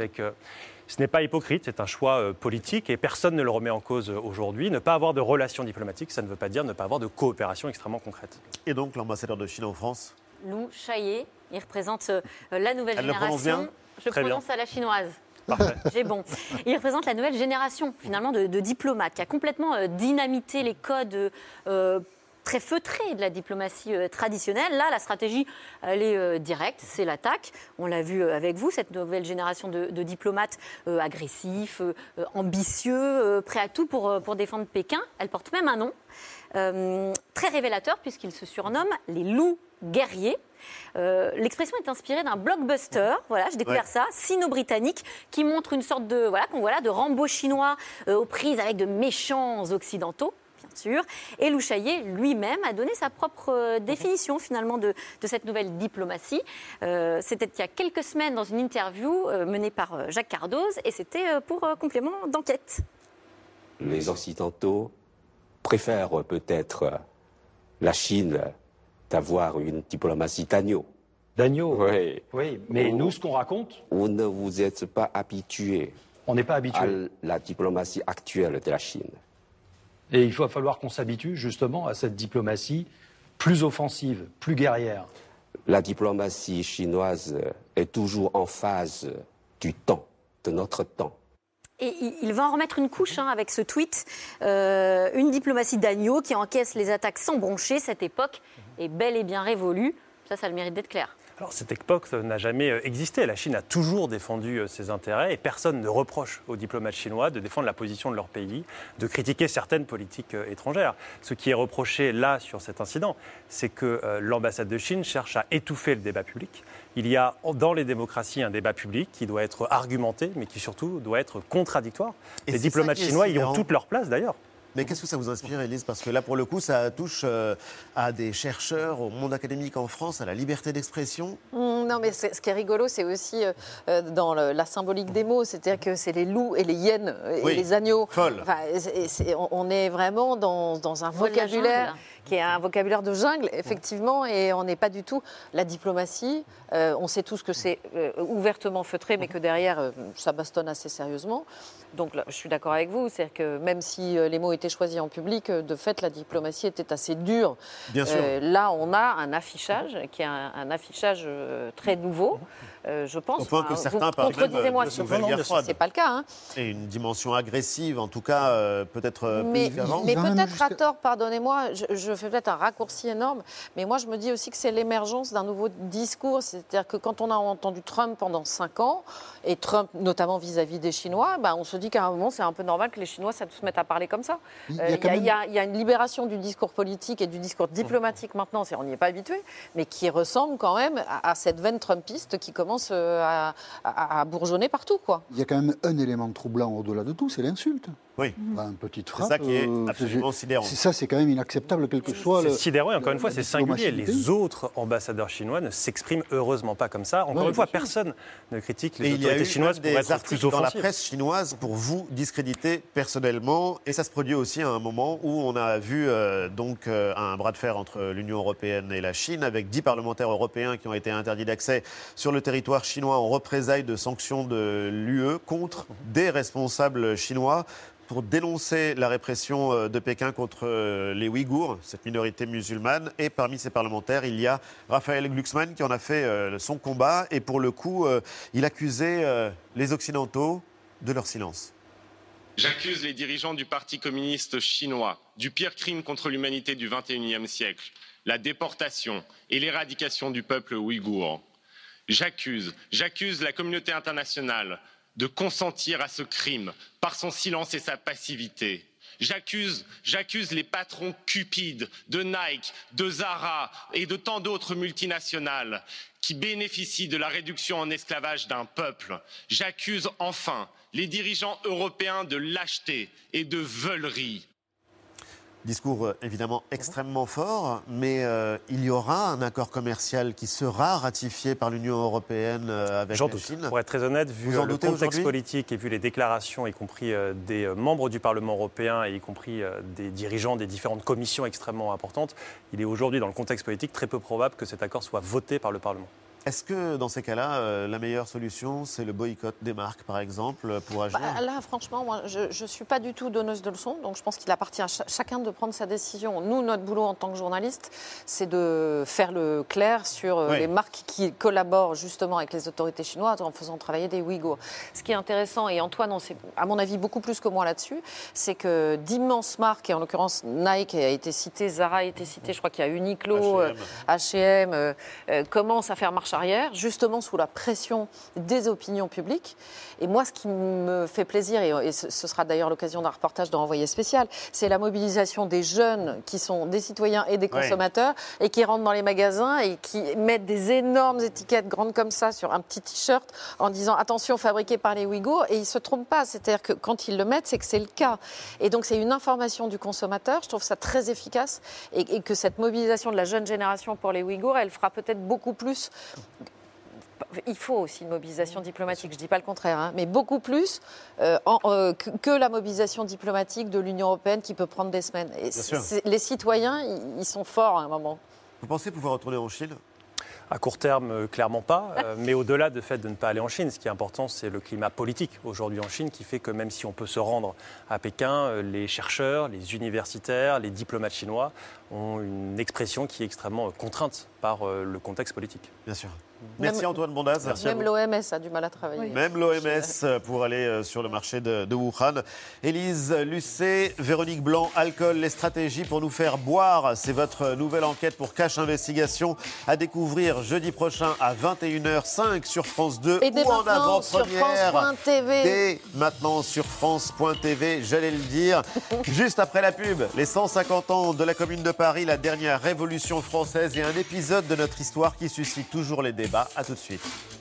Ce n'est pas hypocrite, c'est un choix politique et personne ne le remet en cause aujourd'hui. Ne pas avoir de relations diplomatiques, ça ne veut pas dire ne pas avoir de coopération extrêmement concrète. Et donc l'ambassadeur de Chine en France ? Lou Shaye, il représente la nouvelle génération. Le prononce bien ? Je prononce à la chinoise. Parfait. J'ai bon. Il représente la nouvelle génération, finalement, de diplomates qui a complètement dynamité les codes très feutrés de la diplomatie traditionnelle. Là, la stratégie, elle est directe, c'est l'attaque. On l'a vu avec vous, cette nouvelle génération de diplomates agressifs, ambitieux, prêts à tout pour défendre Pékin. Elle porte même un nom très révélateur puisqu'ils se surnomment les loups guerriers. L'expression est inspirée d'un blockbuster, voilà, j'ai découvert ça, sino-britannique, qui montre une sorte de, de Rambo chinois aux prises avec de méchants occidentaux. Bien sûr. Et Lou Shaye lui-même a donné sa propre définition finalement de cette nouvelle diplomatie. C'était il y a quelques semaines dans une interview menée par Jacques Cardoz et c'était pour complément d'enquête. Les Occidentaux préfèrent peut-être la Chine d'avoir une diplomatie d'agneau. D'agneau ? Oui. Oui, mais nous, ce qu'on raconte... Vous ne vous êtes pas habitué. On n'est pas habitué. À la diplomatie actuelle de la Chine. Et il va falloir qu'on s'habitue justement à cette diplomatie plus offensive, plus guerrière. La diplomatie chinoise est toujours en phase du temps, de notre temps. Et il va en remettre une couche avec ce tweet. Une diplomatie d'agneau qui encaisse les attaques sans broncher. Cette époque est bel et bien révolue. Ça a le mérite d'être clair. Alors, cette époque n'a jamais existé. La Chine a toujours défendu ses intérêts et personne ne reproche aux diplomates chinois de défendre la position de leur pays, de critiquer certaines politiques étrangères. Ce qui est reproché là sur cet incident, c'est que l'ambassade de Chine cherche à étouffer le débat public. Il y a dans les démocraties un débat public qui doit être argumenté, mais qui surtout doit être contradictoire. Les diplomates chinois y ont toute leur place d'ailleurs. Mais qu'est-ce que ça vous inspire, Élise ? Parce que là, pour le coup, ça touche à des chercheurs, au monde académique en France, à la liberté d'expression. Non, mais ce qui est rigolo, c'est aussi dans la symbolique des mots, c'est-à-dire que c'est les loups et les hyènes et les agneaux. Folle. Enfin, on est vraiment dans un vocabulaire qui est un vocabulaire de jungle, effectivement, et on n'est pas du tout... La diplomatie, on sait tous que c'est ouvertement feutré, mais que derrière, ça bastonne assez sérieusement. Donc là, je suis d'accord avec vous, c'est-à-dire que même si les mots étaient choisis en public, de fait, la diplomatie était assez dure. Bien sûr. Là, on a un affichage qui est un affichage très nouveau, je pense. Au point que certains parlent contredisez-moi de si vous nouvelle guerre froide. c'est pas le cas. Hein. Et une dimension agressive, en tout cas, peut-être plus qu'avant. Mais peut-être à tort, pardonnez-moi, je fais peut-être un raccourci énorme, mais moi je me dis aussi que c'est l'émergence d'un nouveau discours. C'est-à-dire que quand on a entendu Trump pendant 5 ans, et Trump notamment vis-à-vis des Chinois, on se dit qu'à un moment c'est un peu normal que les Chinois se mettent à parler comme ça. Il y a une libération du discours politique et du discours diplomatique maintenant, on n'y est pas habitué, mais qui ressemble quand même à cette veine trumpiste qui commence à bourgeonner partout, quoi. Il y a quand même un élément troublant au-delà de tout, c'est l'insulte. Oui. Une petite frappe. C'est ça qui est absolument sidérant. Ça, c'est quand même inacceptable, quel que soit C'est sidérant, et encore une fois, c'est singulier. Les autres ambassadeurs chinois ne s'expriment heureusement pas comme ça. Encore une fois, personne ne critique les autorités chinoises pour être plus offensives. Dans la presse chinoise pour vous discréditer personnellement, et ça se produit aussi à un moment où on a vu un bras de fer entre l'Union européenne et la Chine, avec 10 parlementaires européens qui ont été interdits d'accès sur le territoire chinois en représailles de sanctions de l'UE contre des responsables chinois, pour dénoncer la répression de Pékin contre les Ouïghours, cette minorité musulmane. Et parmi ces parlementaires, il y a Raphaël Glucksmann qui en a fait son combat. Et pour le coup, il accusait les Occidentaux de leur silence. J'accuse les dirigeants du Parti communiste chinois du pire crime contre l'humanité du XXIe siècle, la déportation et l'éradication du peuple ouïghour. J'accuse la communauté internationale de consentir à ce crime par son silence et sa passivité. J'accuse les patrons cupides de Nike, de Zara et de tant d'autres multinationales qui bénéficient de la réduction en esclavage d'un peuple. J'accuse enfin les dirigeants européens de lâcheté et de veulerie. Discours évidemment extrêmement fort, mais il y aura un accord commercial qui sera ratifié par l'Union européenne avec la Chine. Pour être très honnête, vu le contexte politique et vu les déclarations, y compris des membres du Parlement européen et y compris des dirigeants des différentes commissions extrêmement importantes, il est aujourd'hui dans le contexte politique très peu probable que cet accord soit voté par le Parlement. Est-ce que dans ces cas-là, la meilleure solution, c'est le boycott des marques, par exemple, pour agir ? Là, franchement, moi, je ne suis pas du tout donneuse de leçons, donc je pense qu'il appartient à chacun de prendre sa décision. Nous, notre boulot en tant que journaliste, c'est de faire le clair sur les marques qui collaborent justement avec les autorités chinoises en faisant travailler des Ouïghours. Ce qui est intéressant, et Antoine en sait, à mon avis, beaucoup plus que moi là-dessus, c'est que d'immenses marques, et en l'occurrence Nike a été cité, Zara a été cité, je crois qu'il y a Uniqlo, H&M, commencent à faire marche arrière, justement sous la pression des opinions publiques. Et moi, ce qui me fait plaisir, et ce sera d'ailleurs l'occasion d'un reportage de Envoyé spécial, c'est la mobilisation des jeunes qui sont des citoyens et des consommateurs et qui rentrent dans les magasins et qui mettent des énormes étiquettes grandes comme ça sur un petit t-shirt en disant « attention, fabriqué par les Ouïghours » et ils ne se trompent pas. C'est-à-dire que quand ils le mettent, c'est que c'est le cas. Et donc, c'est une information du consommateur. Je trouve ça très efficace et que cette mobilisation de la jeune génération pour les Ouïghours, elle fera peut-être beaucoup plus... Il faut aussi une mobilisation diplomatique, je ne dis pas le contraire, hein, mais beaucoup plus que la mobilisation diplomatique de l'Union européenne qui peut prendre des semaines. Et les citoyens, ils sont forts à un moment. Vous pensez pouvoir retourner en Chine ? À court terme, clairement pas. Mais au-delà du fait de ne pas aller en Chine, ce qui est important, c'est le climat politique aujourd'hui en Chine qui fait que même si on peut se rendre à Pékin, les chercheurs, les universitaires, les diplomates chinois ont une expression qui est extrêmement contrainte par le contexte politique. Bien sûr. Merci Antoine Bondaz. Même l'OMS a du mal à travailler. Oui. Même l'OMS pour aller sur le marché de Wuhan. Élise Lucet, Véronique Blanc, alcool, les stratégies pour nous faire boire. C'est votre nouvelle enquête pour Cache Investigation à découvrir jeudi prochain à 21h05 sur France 2 et dès ou en avant-première. Sur France.tv. Dès maintenant sur France.tv, j'allais le dire. Juste après la pub, les 150 ans de la Commune de Paris, la dernière révolution française et un épisode de notre histoire qui suscite toujours les débats. À tout de suite.